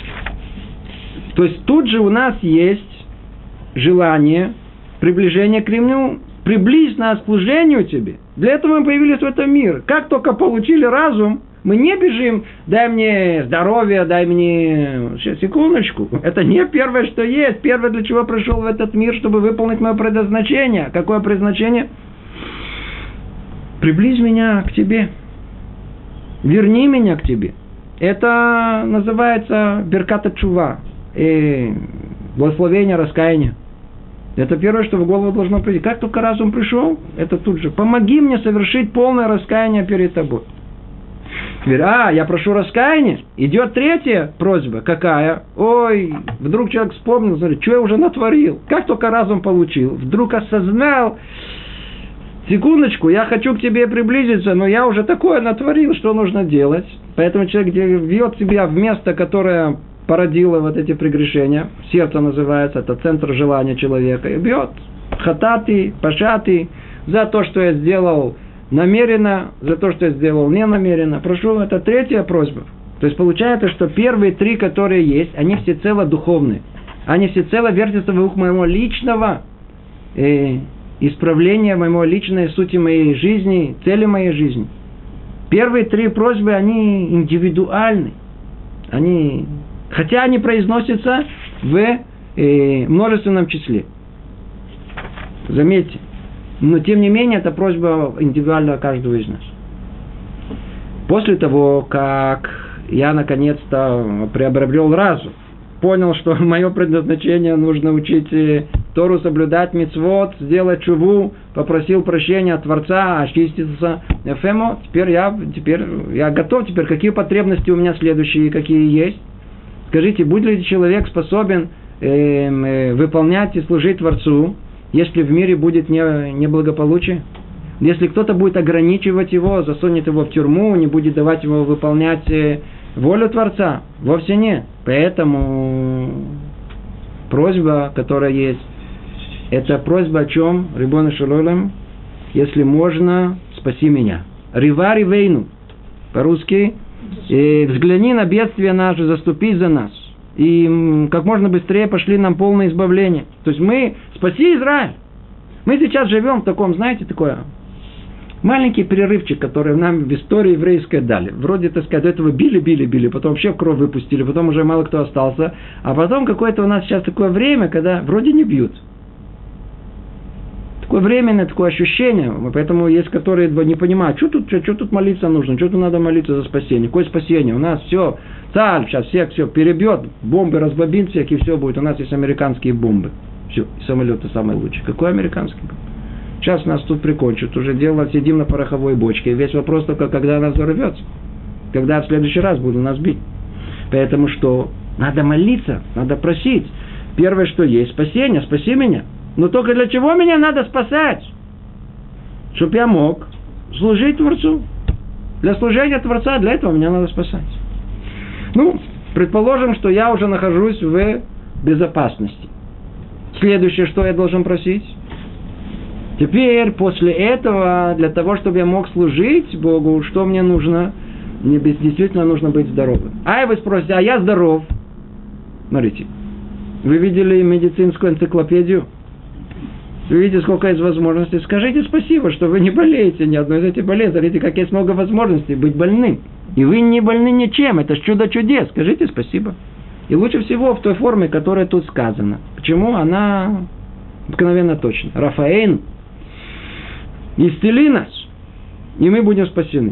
То есть тут же у нас есть желание приближения к нему. Приблизь нас к служению тебе. Для этого мы появились в этом мире. Как только получили разум, мы не бежим, дай мне здоровье, дай мне... Сейчас, секундочку. Это не первое, что есть. Первое, для чего пришел в этот мир, чтобы выполнить мое предназначение. Какое предназначение? Приблизь меня к тебе. Верни меня к тебе. Это называется беркат ат-шува. Благословение раскаяния. Это первое, что в голову должно прийти. Как только разум пришел, это тут же. Помоги мне совершить полное раскаяние перед тобой. Теперь, а, я прошу раскаяния. Идет третья просьба. Какая? Ой, вдруг человек вспомнил, смотри, что я уже натворил. Как только разум получил, вдруг осознал, секундочку, я хочу к тебе приблизиться, но я уже такое натворил, что нужно делать. Поэтому человек введет себя в место, которое породило вот эти прегрешения. Сердце называется, это центр желания человека. И бьет. Хататы, пашаты, за то, что я сделал намеренно, за то, что я сделал не намеренно. Прошу, это третья просьба. То есть получается, что первые три, которые есть, они всецело духовные. Они всецело вертятся вокруг моего личного э, исправления, моего личной сути моей жизни, цели моей жизни. Первые три просьбы, они индивидуальны. Они... Хотя они произносятся в э, множественном числе. Заметьте. Но тем не менее, это просьба индивидуального каждого из нас. После того, как я наконец-то приобрел разум, понял, что мое предназначение нужно учить Тору, соблюдать мицвот, сделать шуву, попросил прощения от Творца, очиститься эфемо, теперь я, теперь я готов, теперь какие потребности у меня следующие, какие есть. Скажите, будет ли человек способен э, э, выполнять и служить Творцу, если в мире будет не, неблагополучие? Если кто-то будет ограничивать его, засунет его в тюрьму, не будет давать ему выполнять э, волю Творца? Вовсе нет. Поэтому просьба, которая есть, это просьба о чем? Рибону шел олам, если можно, спаси меня. Рива ривейну. По-русски. И взгляни на бедствие наше, заступись за нас. И как можно быстрее пошли нам полное избавление. То есть мы, спаси Израиль. Мы сейчас живем в таком, знаете, такое маленький перерывчик, который нам в истории еврейской дали. Вроде, так сказать, до этого били, били, били, потом вообще в кровь выпустили, потом уже мало кто остался. А потом какое-то у нас сейчас такое время, когда вроде не бьют. Такое временное, такое ощущение. Поэтому есть, которые не понимают, что тут, что, что тут молиться нужно, что тут надо молиться за спасение. Какое спасение? У нас все, царь сейчас всех все перебьет, бомбы разбомбит всякие, все будет. У нас есть американские бомбы. Все, самолеты самые лучшие. Какой американский бомб? Сейчас нас тут прикончат. Уже дело, сидим на пороховой бочке. Весь вопрос только, когда она взорвется. Когда в следующий раз будут нас бить. Поэтому что? Надо молиться, надо просить. Первое, что есть, спасение, спаси меня. Но только для чего меня надо спасать? Чтоб я мог служить Творцу. Для служения Творца, для этого меня надо спасать. Ну, предположим, что я уже нахожусь в безопасности. Следующее, что я должен просить? Теперь, после этого, для того, чтобы я мог служить Богу, что мне нужно? Мне действительно нужно быть здоровым. А вы спросите, а я здоров? Смотрите, вы видели медицинскую энциклопедию? Вы видите, сколько есть возможностей. Скажите спасибо, что вы не болеете ни одной из этих болезней. Смотрите, как есть много возможностей быть больным. И вы не больны ничем. Это чудо чудес. Скажите спасибо. И лучше всего в той форме, которая тут сказана. Почему? Она обыкновенно точна. Рафаэль. исцели нас, и мы будем спасены.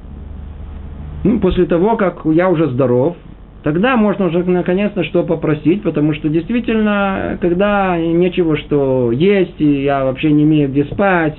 Ну, после того, как я уже здоров, тогда можно уже наконец-то что попросить, потому что действительно, когда нечего что есть, и я вообще не имею где спать,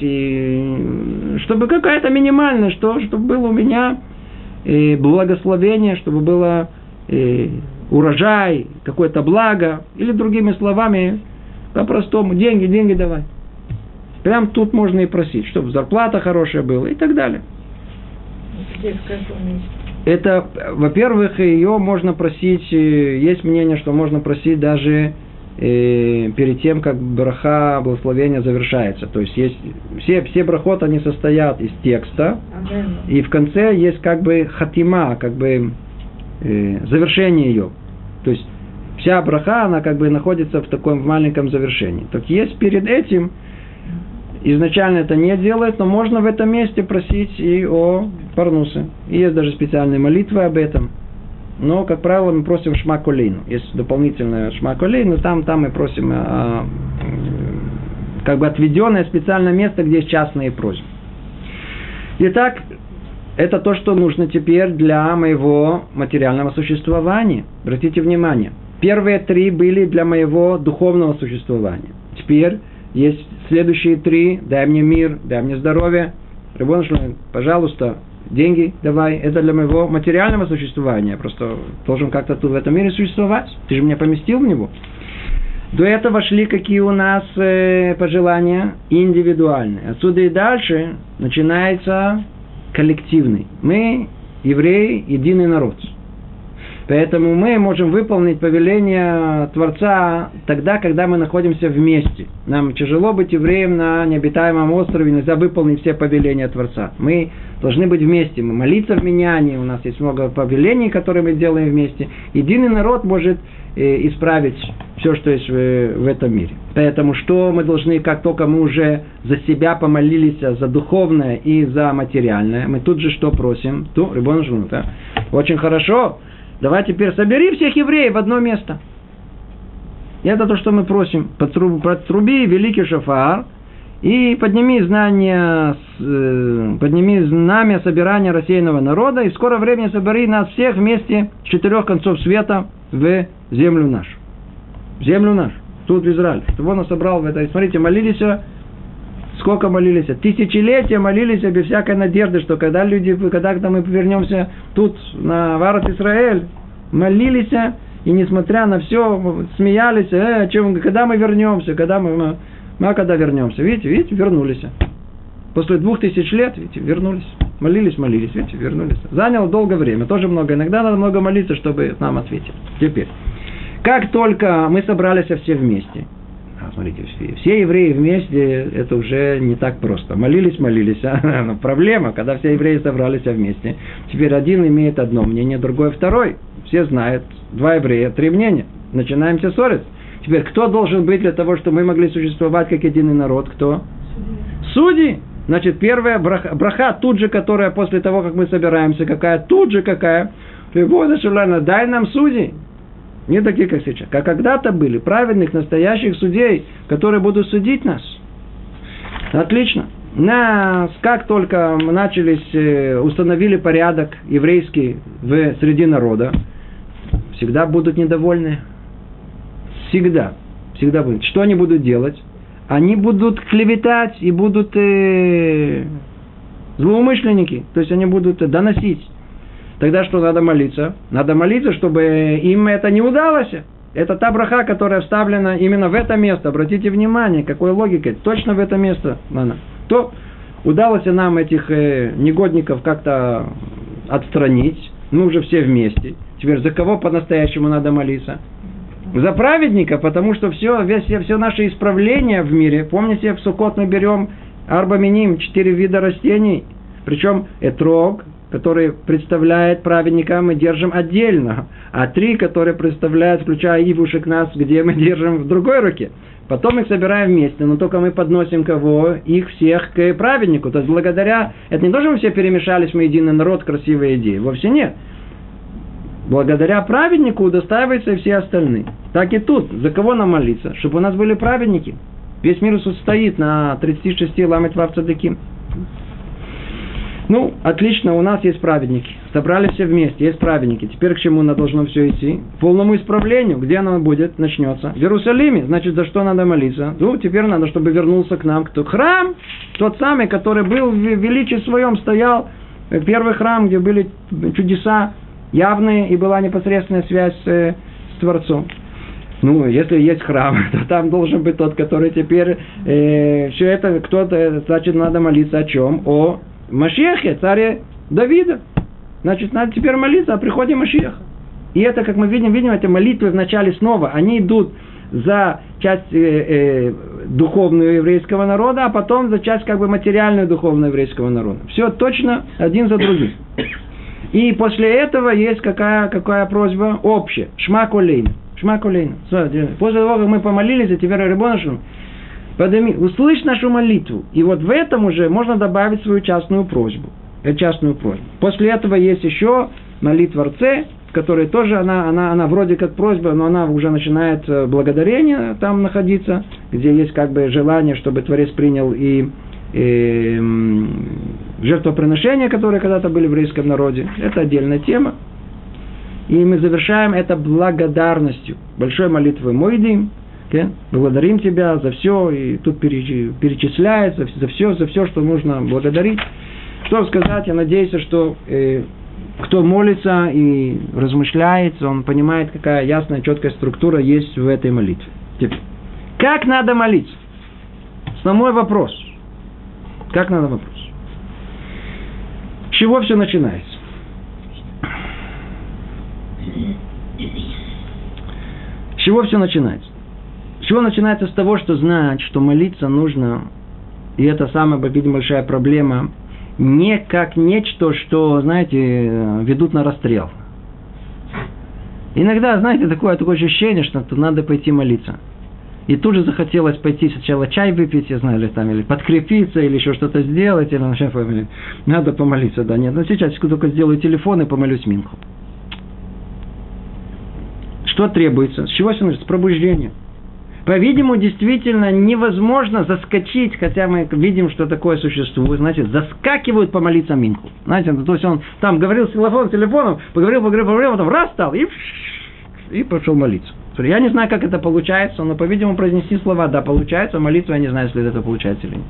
и чтобы какая-то минимальная, что, чтобы было у меня и благословение, чтобы было и урожай, какое-то благо, или другими словами, по-простому, деньги, деньги давай. Прям тут можно и просить, чтобы зарплата хорошая была и так далее. Где, в каком месте? Это, во-первых, ее можно просить, есть мнение, что можно просить даже э, перед тем, как браха, благословения завершается. То есть, есть все, все брахот, они состоят из текста, Амен. И в конце есть как бы хатима, как бы э, завершение ее. То есть, вся браха, она как бы находится в таком маленьком завершении. Так есть перед этим, изначально это не делает, но можно в этом месте просить и о парнусе. И есть даже специальные молитвы об этом. Но, как правило, мы просим шма колейну. Есть дополнительная шма колейну, там, там мы просим а, как бы отведенное специальное место, где есть частные просьбы. Итак, это то, что нужно теперь для моего материального существования. Обратите внимание. Первые три были для моего духовного существования. Теперь есть следующие три. Дай мне мир, дай мне здоровье. Рабон Шломо, пожалуйста, деньги давай. Это для моего материального существования. Я просто должен как-то тут в этом мире существовать. Ты же меня поместил в него. До этого шли какие у нас э, пожелания индивидуальные. Отсюда и дальше начинается коллективный. Мы, евреи, единый народ. Поэтому мы можем выполнить повеление Творца тогда, когда мы находимся вместе. Нам тяжело быть евреем на необитаемом острове, нельзя выполнить все повеления Творца. Мы должны быть вместе, мы молиться в миньяне, у нас есть много повелений, которые мы делаем вместе. Единый народ может э, исправить все, что есть в, в этом мире. Поэтому что мы должны, как только мы уже за себя помолились, за духовное и за материальное, мы тут же что просим? Ту, Рибон Шломо, да? Очень хорошо. Давай теперь собери всех евреев в одно место. И это то, что мы просим. Протруби великий шофар и подними знания, подними знамя собирания рассеянного народа, и в скорое время собери нас всех вместе с четырех концов света в землю нашу. В землю нашу. Тут в Израиле. Чтобы он нас собрал в это. И смотрите, молились, сколько молились? Тысячелетия молились без всякой надежды, что когда люди, когда, когда мы вернемся тут, на Варат Исраэль, молились, и несмотря на все, смеялись, э, чем, когда мы вернемся, когда мы, мы, мы когда вернемся. Видите, видите, вернулись. После двух тысяч лет, видите, вернулись. Молились, молились, видите, вернулись. Заняло долгое время, тоже много. Иногда надо много молиться, чтобы нам ответили. Теперь, как только мы собрались все вместе, смотрите, все, все евреи вместе, это уже не так просто. Молились, молились. А? Но проблема, когда все евреи собрались вместе. Теперь один имеет одно мнение, другой второй. Все знают, два еврея, три мнения. Начинаем все ссориться. Теперь, кто должен быть для того, чтобы мы могли существовать как единый народ? Кто? Судьи. Значит, первая браха, браха тут же, которая после того, как мы собираемся, какая? Тут же какая? Дай нам судей. Не такие, как сейчас. Как когда-то были праведных, настоящих судей, которые будут судить нас. Отлично. Нас, как только мы начались, установили порядок еврейский в среди народа, всегда будут недовольны. Всегда. Всегда будут. Что они будут делать? Они будут клеветать и будут э, злоумышленники. То есть они будут доносить. Тогда что надо молиться? Надо молиться, чтобы им это не удалось. Это та браха, которая вставлена именно в это место. Обратите внимание, какой логикой. Точно в это место. То удалось нам этих э, негодников как-то отстранить. Мы уже все вместе. Теперь за кого по-настоящему надо молиться? За праведника, потому что все, все, все наши исправления в мире. Помните, в Суккот мы берем арба миним, четыре вида растений. Причем этрог, который представляет праведника, мы держим отдельно. А три, которые представляют, включая ивушек нас, где мы держим в другой руке. Потом их собираем вместе, но только мы подносим кого? Их всех к праведнику. То есть благодаря... Это не то, что мы все перемешались, мы единый народ, красивая идея. Вовсе нет. Благодаря праведнику удостаиваются и все остальные. Так и тут. За кого нам молиться? Чтобы у нас были праведники. Весь мир состоит на тридцати шести ламет вав цадыким. Ну, отлично, у нас есть праведники. Собрались все вместе, есть праведники. Теперь к чему должно все идти? К полному исправлению. Где оно будет? Начнется. В Иерусалиме. Значит, за что надо молиться? Ну, теперь надо, чтобы вернулся к нам кто? Храм, тот самый, который был в величии своем, стоял. Первый храм, где были чудеса явные и была непосредственная связь с, с Творцом. Ну, если есть храм, то там должен быть тот, который теперь э, все это, кто-то, значит, надо молиться о чем? О Машиахе, царе Давида. Значит, надо теперь молиться о приходе Машиаха. И это, как мы видим, видим, это молитвы в начале снова. Они идут за часть э, э, духовную еврейского народа, а потом за часть как бы материальную духовную еврейского народа. Все точно один за другим. И после этого есть какая, какая просьба общая. Шма колейн. Шма колейн. После того, как мы помолились, а теперь Рабонашу, подними, услышь нашу молитву. И вот в этом уже можно добавить свою частную просьбу. Частную просьбу. После этого есть еще молитва Рце, в которой тоже она, она, она вроде как просьба, но она уже начинает благодарение там находиться, где есть как бы желание, чтобы Творец принял и, и жертвоприношения, которые когда-то были в еврейском народе. Это отдельная тема. И мы завершаем это благодарностью. Большой молитвой Моидим. Okay? Благодарим тебя за все, и тут перечисляется за все, за все, что нужно благодарить. Что сказать, я надеюсь, что э, кто молится и размышляет, он понимает, какая ясная, четкая структура есть в этой молитве. Теперь, как надо молиться? Основной вопрос. Как надо вопрос? С чего все начинается? С чего все начинается? С чего начинается? С того, что знать, что молиться нужно, и это самая, видимо, большая проблема, не как нечто, что, знаете, ведут на расстрел. Иногда, знаете, такое, такое ощущение, что надо пойти молиться. И тут же захотелось пойти сначала чай выпить, я знаю, или, там, или подкрепиться, или еще что-то сделать, или надо помолиться, да, нет. Но сейчас я только сделаю телефон и помолюсь минху. Что требуется? С чего все начинается? С пробуждения. По-видимому, действительно невозможно заскочить, хотя мы видим, что такое существует, значит, заскакивают помолиться минху. Знаете, то есть он там говорил с телефоном, с телефоном, поговорил, поговорил, поговорил, потом раз стал и, и пошел молиться. Я не знаю, как это получается, но, по-видимому, произнести слова, да, получается, молитва, я не знаю, если это получается или нет.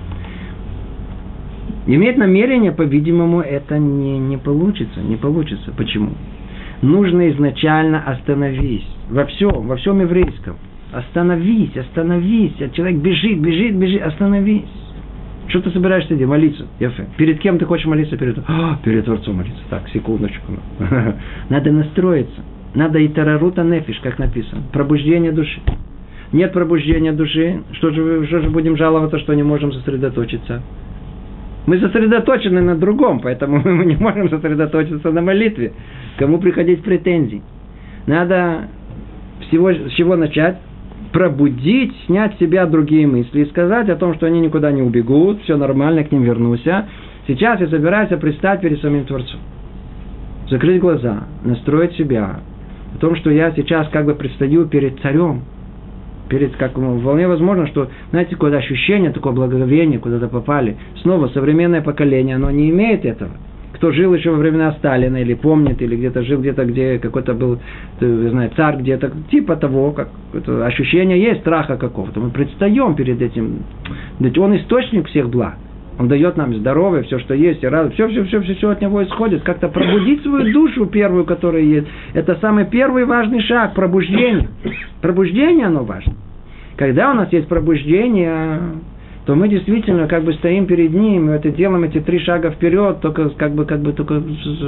Иметь намерение, по-видимому, это не, не получится, не получится. Почему? Нужно изначально остановись во всем, во всем еврейском. Остановись, остановись. Человек бежит, бежит, бежит. Остановись. Что ты собираешься делать? Молиться. Ефе. Перед кем ты хочешь молиться? Перед, а, перед Творцом молиться. Так, секундочку. Надо настроиться. Надо и тарарута нефиш, как написано. Пробуждение души. Нет пробуждения души. Что же, что же будем жаловаться, что не можем сосредоточиться? Мы сосредоточены на другом, поэтому мы не можем сосредоточиться на молитве. Кому приходить претензий? Надо всего, с чего начать? Пробудить, снять с себя другие мысли и сказать о том, что они никуда не убегут, все нормально, к ним вернусь. Сейчас я собираюсь предстать перед самим Творцом. Закрыть глаза, настроить себя о том, что я сейчас как бы предстаю перед царем. Перед, как вполне возможно, что, знаете, какое-то ощущение, такое благоговение, куда-то попали. Снова современное поколение, оно не имеет этого. Кто жил еще во времена Сталина, или помнит, или где-то жил, где-то, где какой-то был, не знаю, царь где-то, типа того, как это ощущение есть страха какого-то. Мы предстаем перед этим. Ведь он источник всех благ. Он дает нам здоровье, все, что есть, и радость. Все, все, все, все, все от него исходит. Как-то пробудить свою душу первую, которая есть. Это самый первый важный шаг, пробуждение. Пробуждение, оно важно. Когда у нас есть пробуждение, то мы действительно как бы стоим перед ним, и это делаем эти три шага вперед, только как бы, как бы, только...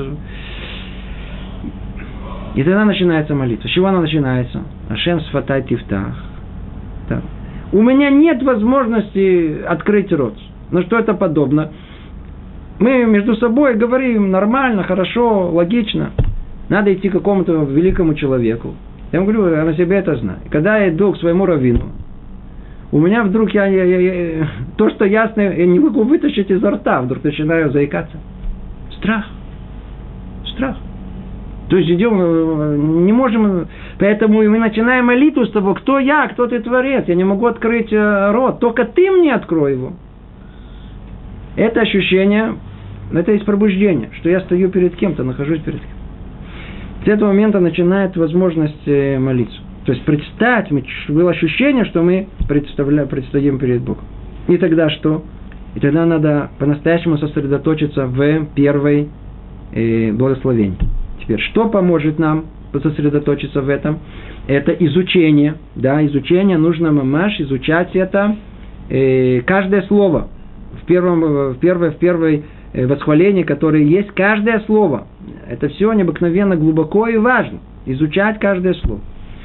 И тогда начинается молитва. С чего она начинается? Ашем сфатай тифтах. Так. У меня нет возможности открыть рот. Ну, что это подобно? Мы между собой говорим нормально, хорошо, логично. Надо идти к какому-то великому человеку. Я вам говорю, я на себе это знаю. Когда я иду к своему раввину, у меня вдруг, я, я, я, я, то, что ясно, я не могу вытащить изо рта, вдруг начинаю заикаться. Страх. Страх. То есть идем, не можем Поэтому мы начинаем молитву с того, кто я, кто ты творец. Я не могу открыть рот, только ты мне открой его. Это ощущение, это есть пробуждение, что я стою перед кем-то, нахожусь перед кем-то. С этого момента начинает возможность молиться. То есть представить, было ощущение, что мы предстоим перед Богом. И тогда что? И тогда надо по-настоящему сосредоточиться в первой э, благословении. Теперь, что поможет нам сосредоточиться в этом? Это изучение. Да, изучение, нужно мамаш изучать это, э, каждое слово. В первом, в первой, в первой восхвалении, которое есть, каждое слово. Это все необыкновенно глубоко и важно. Изучать каждое слово.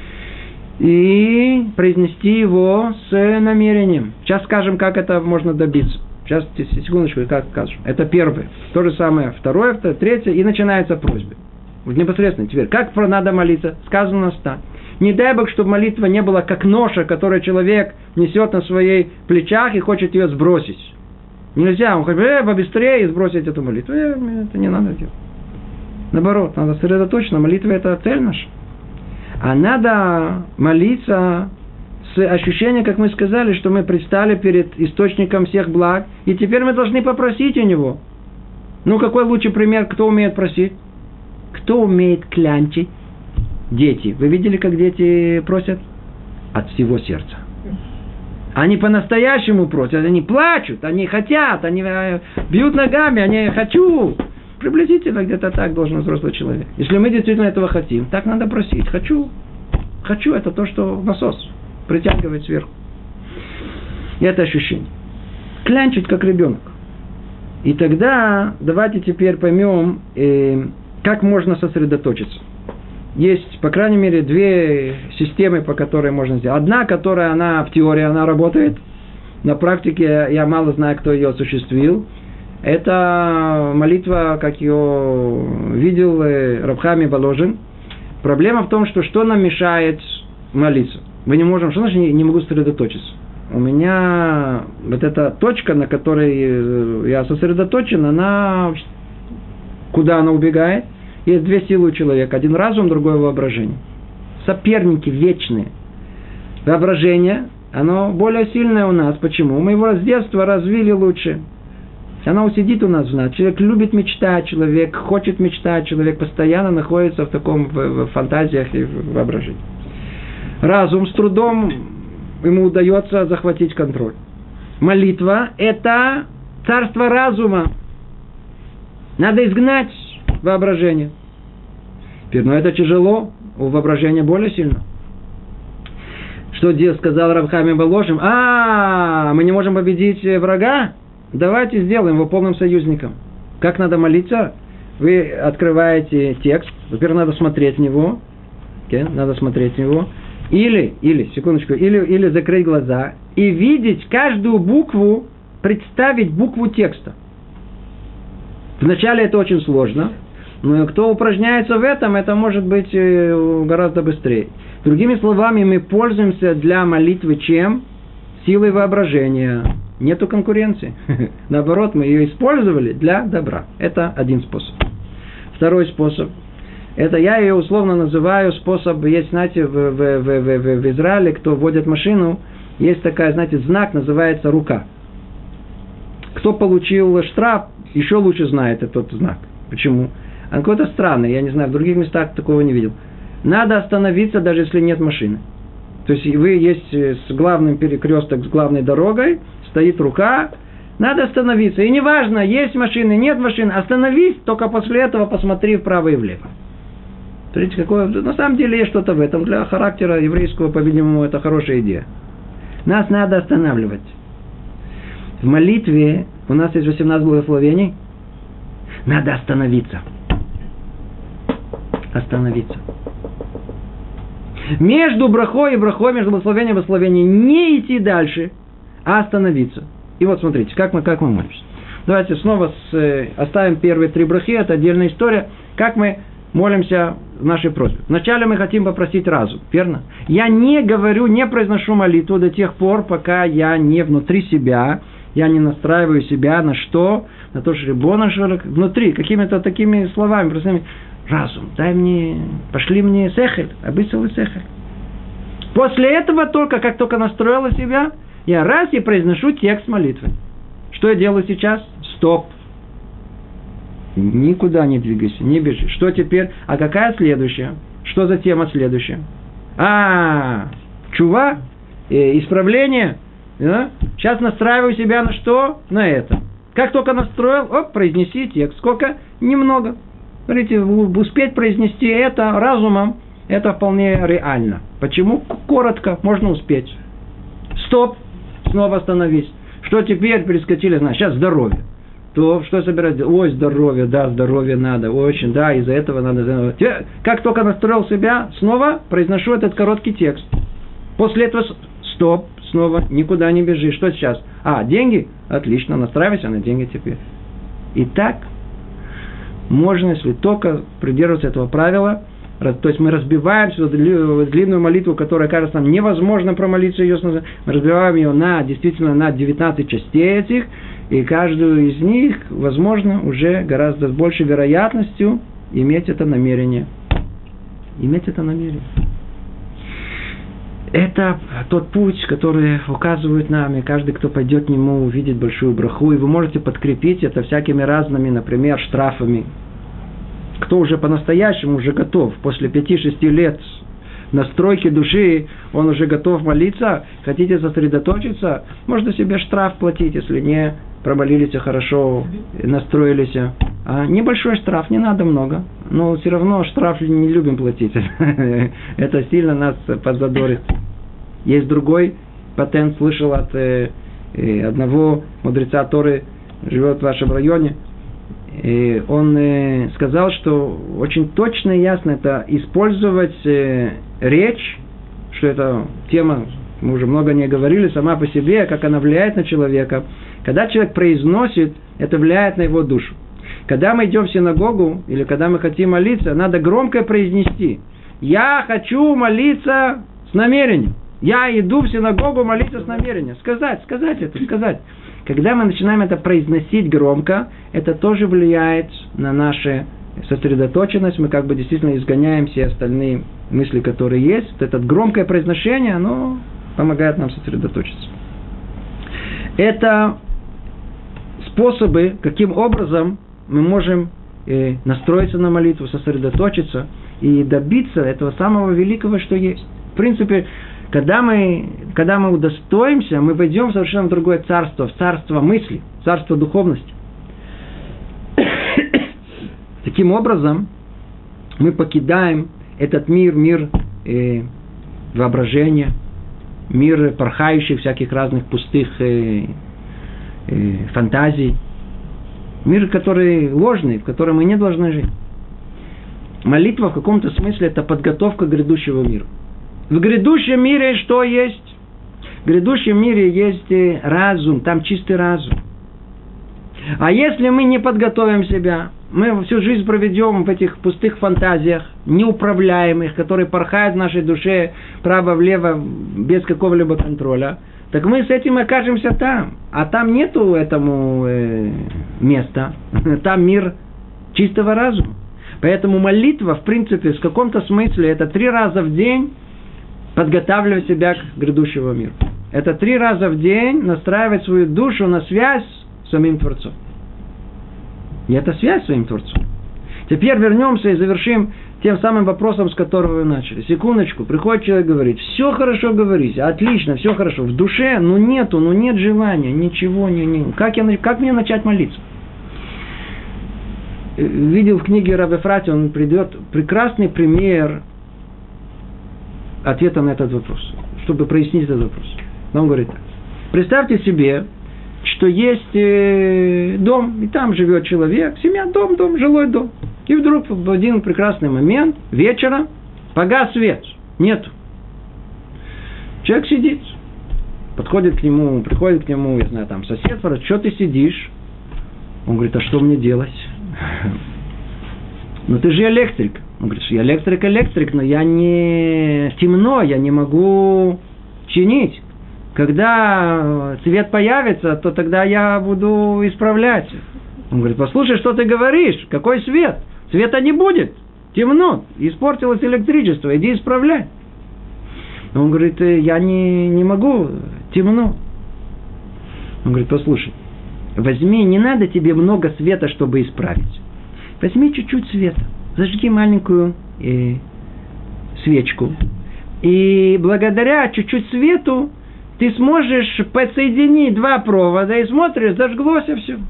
И произнести его с намерением. Сейчас скажем, как это можно добиться. Сейчас, секундочку, как скажем. Это первое. То же самое второе, второе, третье. И начинается просьба. Непосредственно теперь. Как надо молиться? Сказано у нас так. Не дай Бог, чтобы молитва не была как ноша, которую человек несет на своих плечах и хочет ее сбросить. Нельзя. Он хочет э, побыстрее сбросить эту молитву. Э, это не надо делать. Наоборот, надо сосредоточиться. Молитва – это цель наша. А надо молиться с ощущением, как мы сказали, что мы предстали перед источником всех благ, и теперь мы должны попросить у него. Ну, какой лучший пример, кто умеет просить? Кто умеет клянчить? Дети. Вы видели, как дети просят? От всего сердца. Они по-настоящему просят, они плачут, они хотят, они бьют ногами, они «хочу». Приблизительно где-то так должен взрослый человек. Если мы действительно этого хотим, так надо просить. Хочу. Хочу – это то, что насос притягивает сверху. И это ощущение. Клянчить, как ребенок. И тогда давайте теперь поймем, э, как можно сосредоточиться. Есть, по крайней мере, две системы, по которой можно сделать. Одна, которая она в теории она работает. На практике я мало знаю, кто ее осуществил. Это молитва, как ее видел Рав Хаим Воложин. Проблема в том, что что нам мешает молиться? Мы не можем, что значит не, не могу сосредоточиться? У меня вот эта точка, на которой я сосредоточен, она куда она убегает? Есть две силы у человека. Один разум, другое воображение. Соперники вечные. Воображение, оно более сильное у нас. Почему? Мы его с детства развили лучше. Оно сидит у нас в нас. Человек любит мечтать, человек хочет мечтать, человек постоянно находится в таком в, в фантазиях и в воображении. Разум с трудом ему удается захватить контроль. Молитва – это царство разума. Надо изгнать воображение. Теперь, но это тяжело, у воображения более сильно. Что сказал Рав Хаим Воложин? А, мы не можем победить врага? Давайте сделаем его полным союзником. Как надо молиться? Вы открываете текст. Во-первых, надо смотреть в него. Okay? Надо смотреть в него. Или, или, секундочку, или, или закрыть глаза и видеть каждую букву, представить букву текста. Вначале это очень сложно. Но кто упражняется в этом, это может быть гораздо быстрее. Другими словами, мы пользуемся для молитвы чем? Силой воображения. Нету конкуренции. Наоборот, мы ее использовали для добра. Это один способ. Второй способ. Это я ее условно называю способ, есть, знаете, в, в, в, в, в Израиле, кто водит машину, есть такая, знаете, знак, называется рука. Кто получил штраф, еще лучше знает этот знак. Почему? Он какой-то странный, я не знаю, в других местах такого не видел. Надо остановиться, даже если нет машины. То есть вы есть с главным перекресток, с главной дорогой, стоит рука, надо остановиться. И неважно, есть машины, нет машины, остановись, только после этого посмотри вправо и влево. Смотрите, какое... На самом деле есть что-то в этом. Для характера еврейского, по-видимому, это хорошая идея. Нас надо останавливать. В молитве у нас есть восемнадцать благословений. Надо остановиться. Остановиться. Между брахой и брахой, между благословением и благословением не идти дальше, а остановиться. И вот смотрите, как мы, как мы молимся. Давайте снова с, оставим первые три брахи, это отдельная история. Как мы молимся в нашей просьбе. Вначале мы хотим попросить разум, верно? Я не говорю, не произношу молитву до тех пор, пока я не внутри себя, я не настраиваю себя на что? На то, что Рибона внутри, какими-то такими словами, простыми. разум, дай мне, пошли мне сехель, обысовый сехель. После этого только, как только настроила себя, я раз и произношу текст молитвы. Что я делаю сейчас? Стоп. Никуда не двигайся, не бежи. Что теперь? А какая следующая? Что за тема следующая? А, чува, э, исправление. Да? Сейчас настраиваю себя на что? На это. Как только настроил, оп, произнеси текст. Сколько? Немного. Смотрите, успеть произнести это разумом, это вполне реально. Почему? Коротко, можно успеть. Стоп, снова остановись. Что теперь перескочили? Значит, сейчас здоровье. То, что собирать? Ой, здоровье, да, здоровье надо, очень, да, из-за этого надо. Как только настроил себя, снова произношу этот короткий текст. После этого стоп, снова, никуда не бежи. Что сейчас? А, деньги? Отлично, настраивайся на деньги теперь. И так можно, если только придерживаться этого правила, то есть мы разбиваем всю длинную молитву, которая кажется нам невозможно промолиться ее, мы разбиваем ее на, действительно, на девятнадцать частей этих, и каждую из них, возможно, уже гораздо с большей вероятностью иметь это намерение. Иметь это намерение. Это тот путь, который указывает нам, и каждый, кто пойдет к нему, увидит большую браху, и вы можете подкрепить это всякими разными, например, штрафами. Кто уже по-настоящему уже готов, после пяти-шести лет настройки души, он уже готов молиться, хотите сосредоточиться, можно себе штраф платить, если не промолились хорошо, настроились. А небольшой штраф, не надо много, но все равно штраф не любим платить. Это сильно нас подзадорит. Есть другой патент, слышал от одного мудреца Торы, живет в вашем районе. И он э, сказал, что очень точно и ясно это использовать э, речь, что это тема, мы уже много не говорили, сама по себе, как она влияет на человека. Когда человек произносит, это влияет на его душу. Когда мы идем в синагогу, или когда мы хотим молиться, надо громко произнести: «Я хочу молиться с намерением». «Я иду в синагогу молиться с намерением». Сказать, сказать это, сказать. Когда мы начинаем это произносить громко, это тоже влияет на нашу сосредоточенность. Мы как бы действительно изгоняем все остальные мысли, которые есть. Вот это громкое произношение, оно помогает нам сосредоточиться. Это способы, каким образом мы можем э, настроиться на молитву, сосредоточиться и добиться этого самого великого, что есть. В принципе, Когда мы, когда мы удостоимся, мы пойдем в совершенно другое царство, в царство мысли, в царство духовности. Таким образом, мы покидаем этот мир, мир э, воображения, мир порхающих, всяких разных пустых э, э, фантазий, мир, который ложный, в котором мы не должны жить. Молитва в каком-то смысле – это подготовка грядущего мира. В грядущем мире что есть? В грядущем мире есть разум, там чистый разум. А если мы не подготовим себя, мы всю жизнь проведем в этих пустых фантазиях, неуправляемых, которые порхают в нашей душе вправо-влево без какого-либо контроля, так мы с этим окажемся там. А там нету этому э, места. Там мир чистого разума. Поэтому молитва, в принципе, в каком-то смысле, это три раза в день подготавливать себя к грядущему миру. Это три раза в день настраивать свою душу на связь с самим Творцом. И это связь с своим Творцом. Теперь вернемся и завершим тем самым вопросом, с которого вы начали. Секундочку, приходит человек и говорит: все хорошо говорите, отлично, все хорошо. В душе, ну нету, ну нет желания, ничего, не, не. Как, я, как мне начать молиться? Видел в книге Рав Ефрати, он придет прекрасный пример ответа на этот вопрос, чтобы прояснить этот вопрос. Он говорит так: представьте себе, что есть э, дом, и там живет человек, семья, дом, дом, жилой дом. И вдруг в один прекрасный момент, вечером, погас свет, нету. Человек сидит, подходит к нему, приходит к нему, я знаю, там сосед, говорит: что ты сидишь? Он говорит: а что мне делать? Ну ты же электрик. Он говорит: я электрик, электрик, но я не темно, я не могу чинить. Когда свет появится, то тогда я буду исправлять. Он говорит: послушай, что ты говоришь, какой свет? Света не будет. Темно, испортилось электричество, иди исправляй. Он говорит, я не, не могу, темно. Он говорит, послушай, возьми, не надо тебе много света, чтобы исправить. Возьми чуть-чуть света, зажги маленькую э, свечку. И благодаря чуть-чуть свету ты сможешь подсоединить два провода и смотришь, зажглось и все.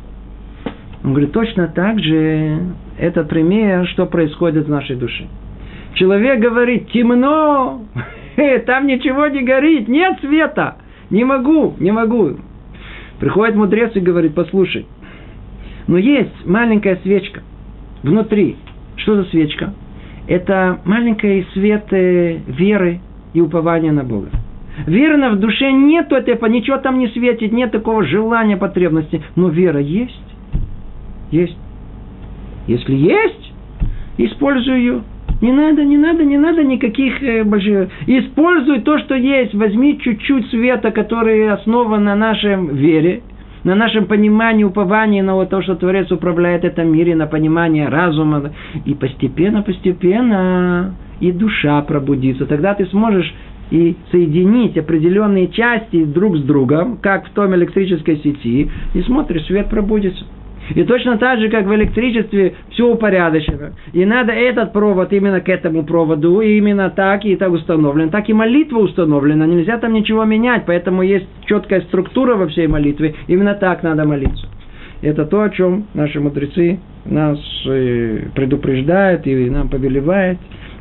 Он говорит, точно так же это пример, что происходит в нашей душе. Человек говорит, темно, там ничего не горит, нет света, не могу, не могу. Приходит мудрец и говорит, послушай, но есть маленькая свечка внутри. Что за свечка? Это маленький свет веры и упования на Бога. Верно, в душе нет этого, ничего там не светит, нет такого желания, потребности, но вера есть. Есть. Если есть, используй ее. Не надо, не надо, не надо никаких э, больших... Используй то, что есть. Возьми чуть-чуть света, который основан на нашем вере, на нашем понимании, уповании на вот то, что Творец управляет в этом мире, на понимание разума. И постепенно, постепенно и душа пробудится. Тогда ты сможешь и соединить определенные части друг с другом, как в том электрической сети, и смотришь, свет пробудится. И точно так же, как в электричестве, все упорядочено. И надо этот провод именно к этому проводу, и именно так, и так установлен. Так и молитва установлена, нельзя там ничего менять, поэтому есть четкая структура во всей молитве. Именно так надо молиться. Это то, о чем наши мудрецы нас предупреждают и нам повелевают.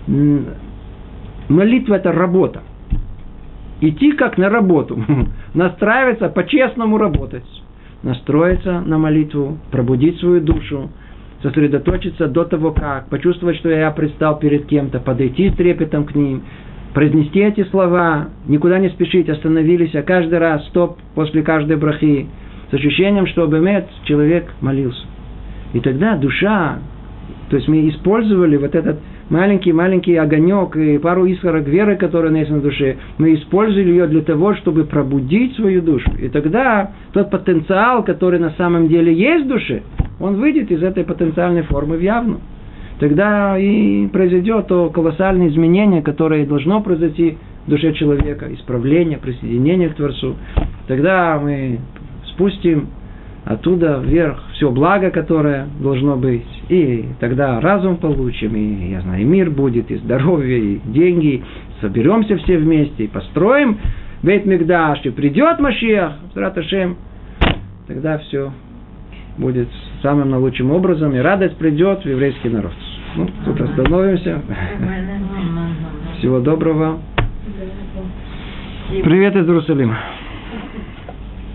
Молитва – это работа. Идти как на работу. Настраиваться, по-честному работать. Настроиться на молитву, пробудить свою душу, сосредоточиться до того, как, почувствовать, что я предстал перед кем-то, подойти с трепетом к ним, произнести эти слова, никуда не спешить, остановились, а каждый раз, стоп, после каждой брахи, с ощущением, что бемет человек молился. И тогда душа, то есть мы использовали вот этот маленький-маленький огонек и пару искорок веры, которые есть на душе, мы использовали ее для того, чтобы пробудить свою душу. И тогда тот потенциал, который на самом деле есть в душе, он выйдет из этой потенциальной формы в явную. Тогда и произойдет то колоссальное изменение, которое должно произойти в душе человека, исправление, присоединение к Творцу. Тогда мы спустим оттуда вверх все благо, которое должно быть. И тогда разум получим, и, я знаю, и мир будет, и здоровье, и деньги. Соберемся все вместе, и построим Бейт-Микдаш, и придет Машиах, Бе'эзрат Ашем. Тогда все будет самым наилучшим образом, и радость придет в еврейский народ. Ну, тут остановимся. Всего доброго. Привет из Иерусалима.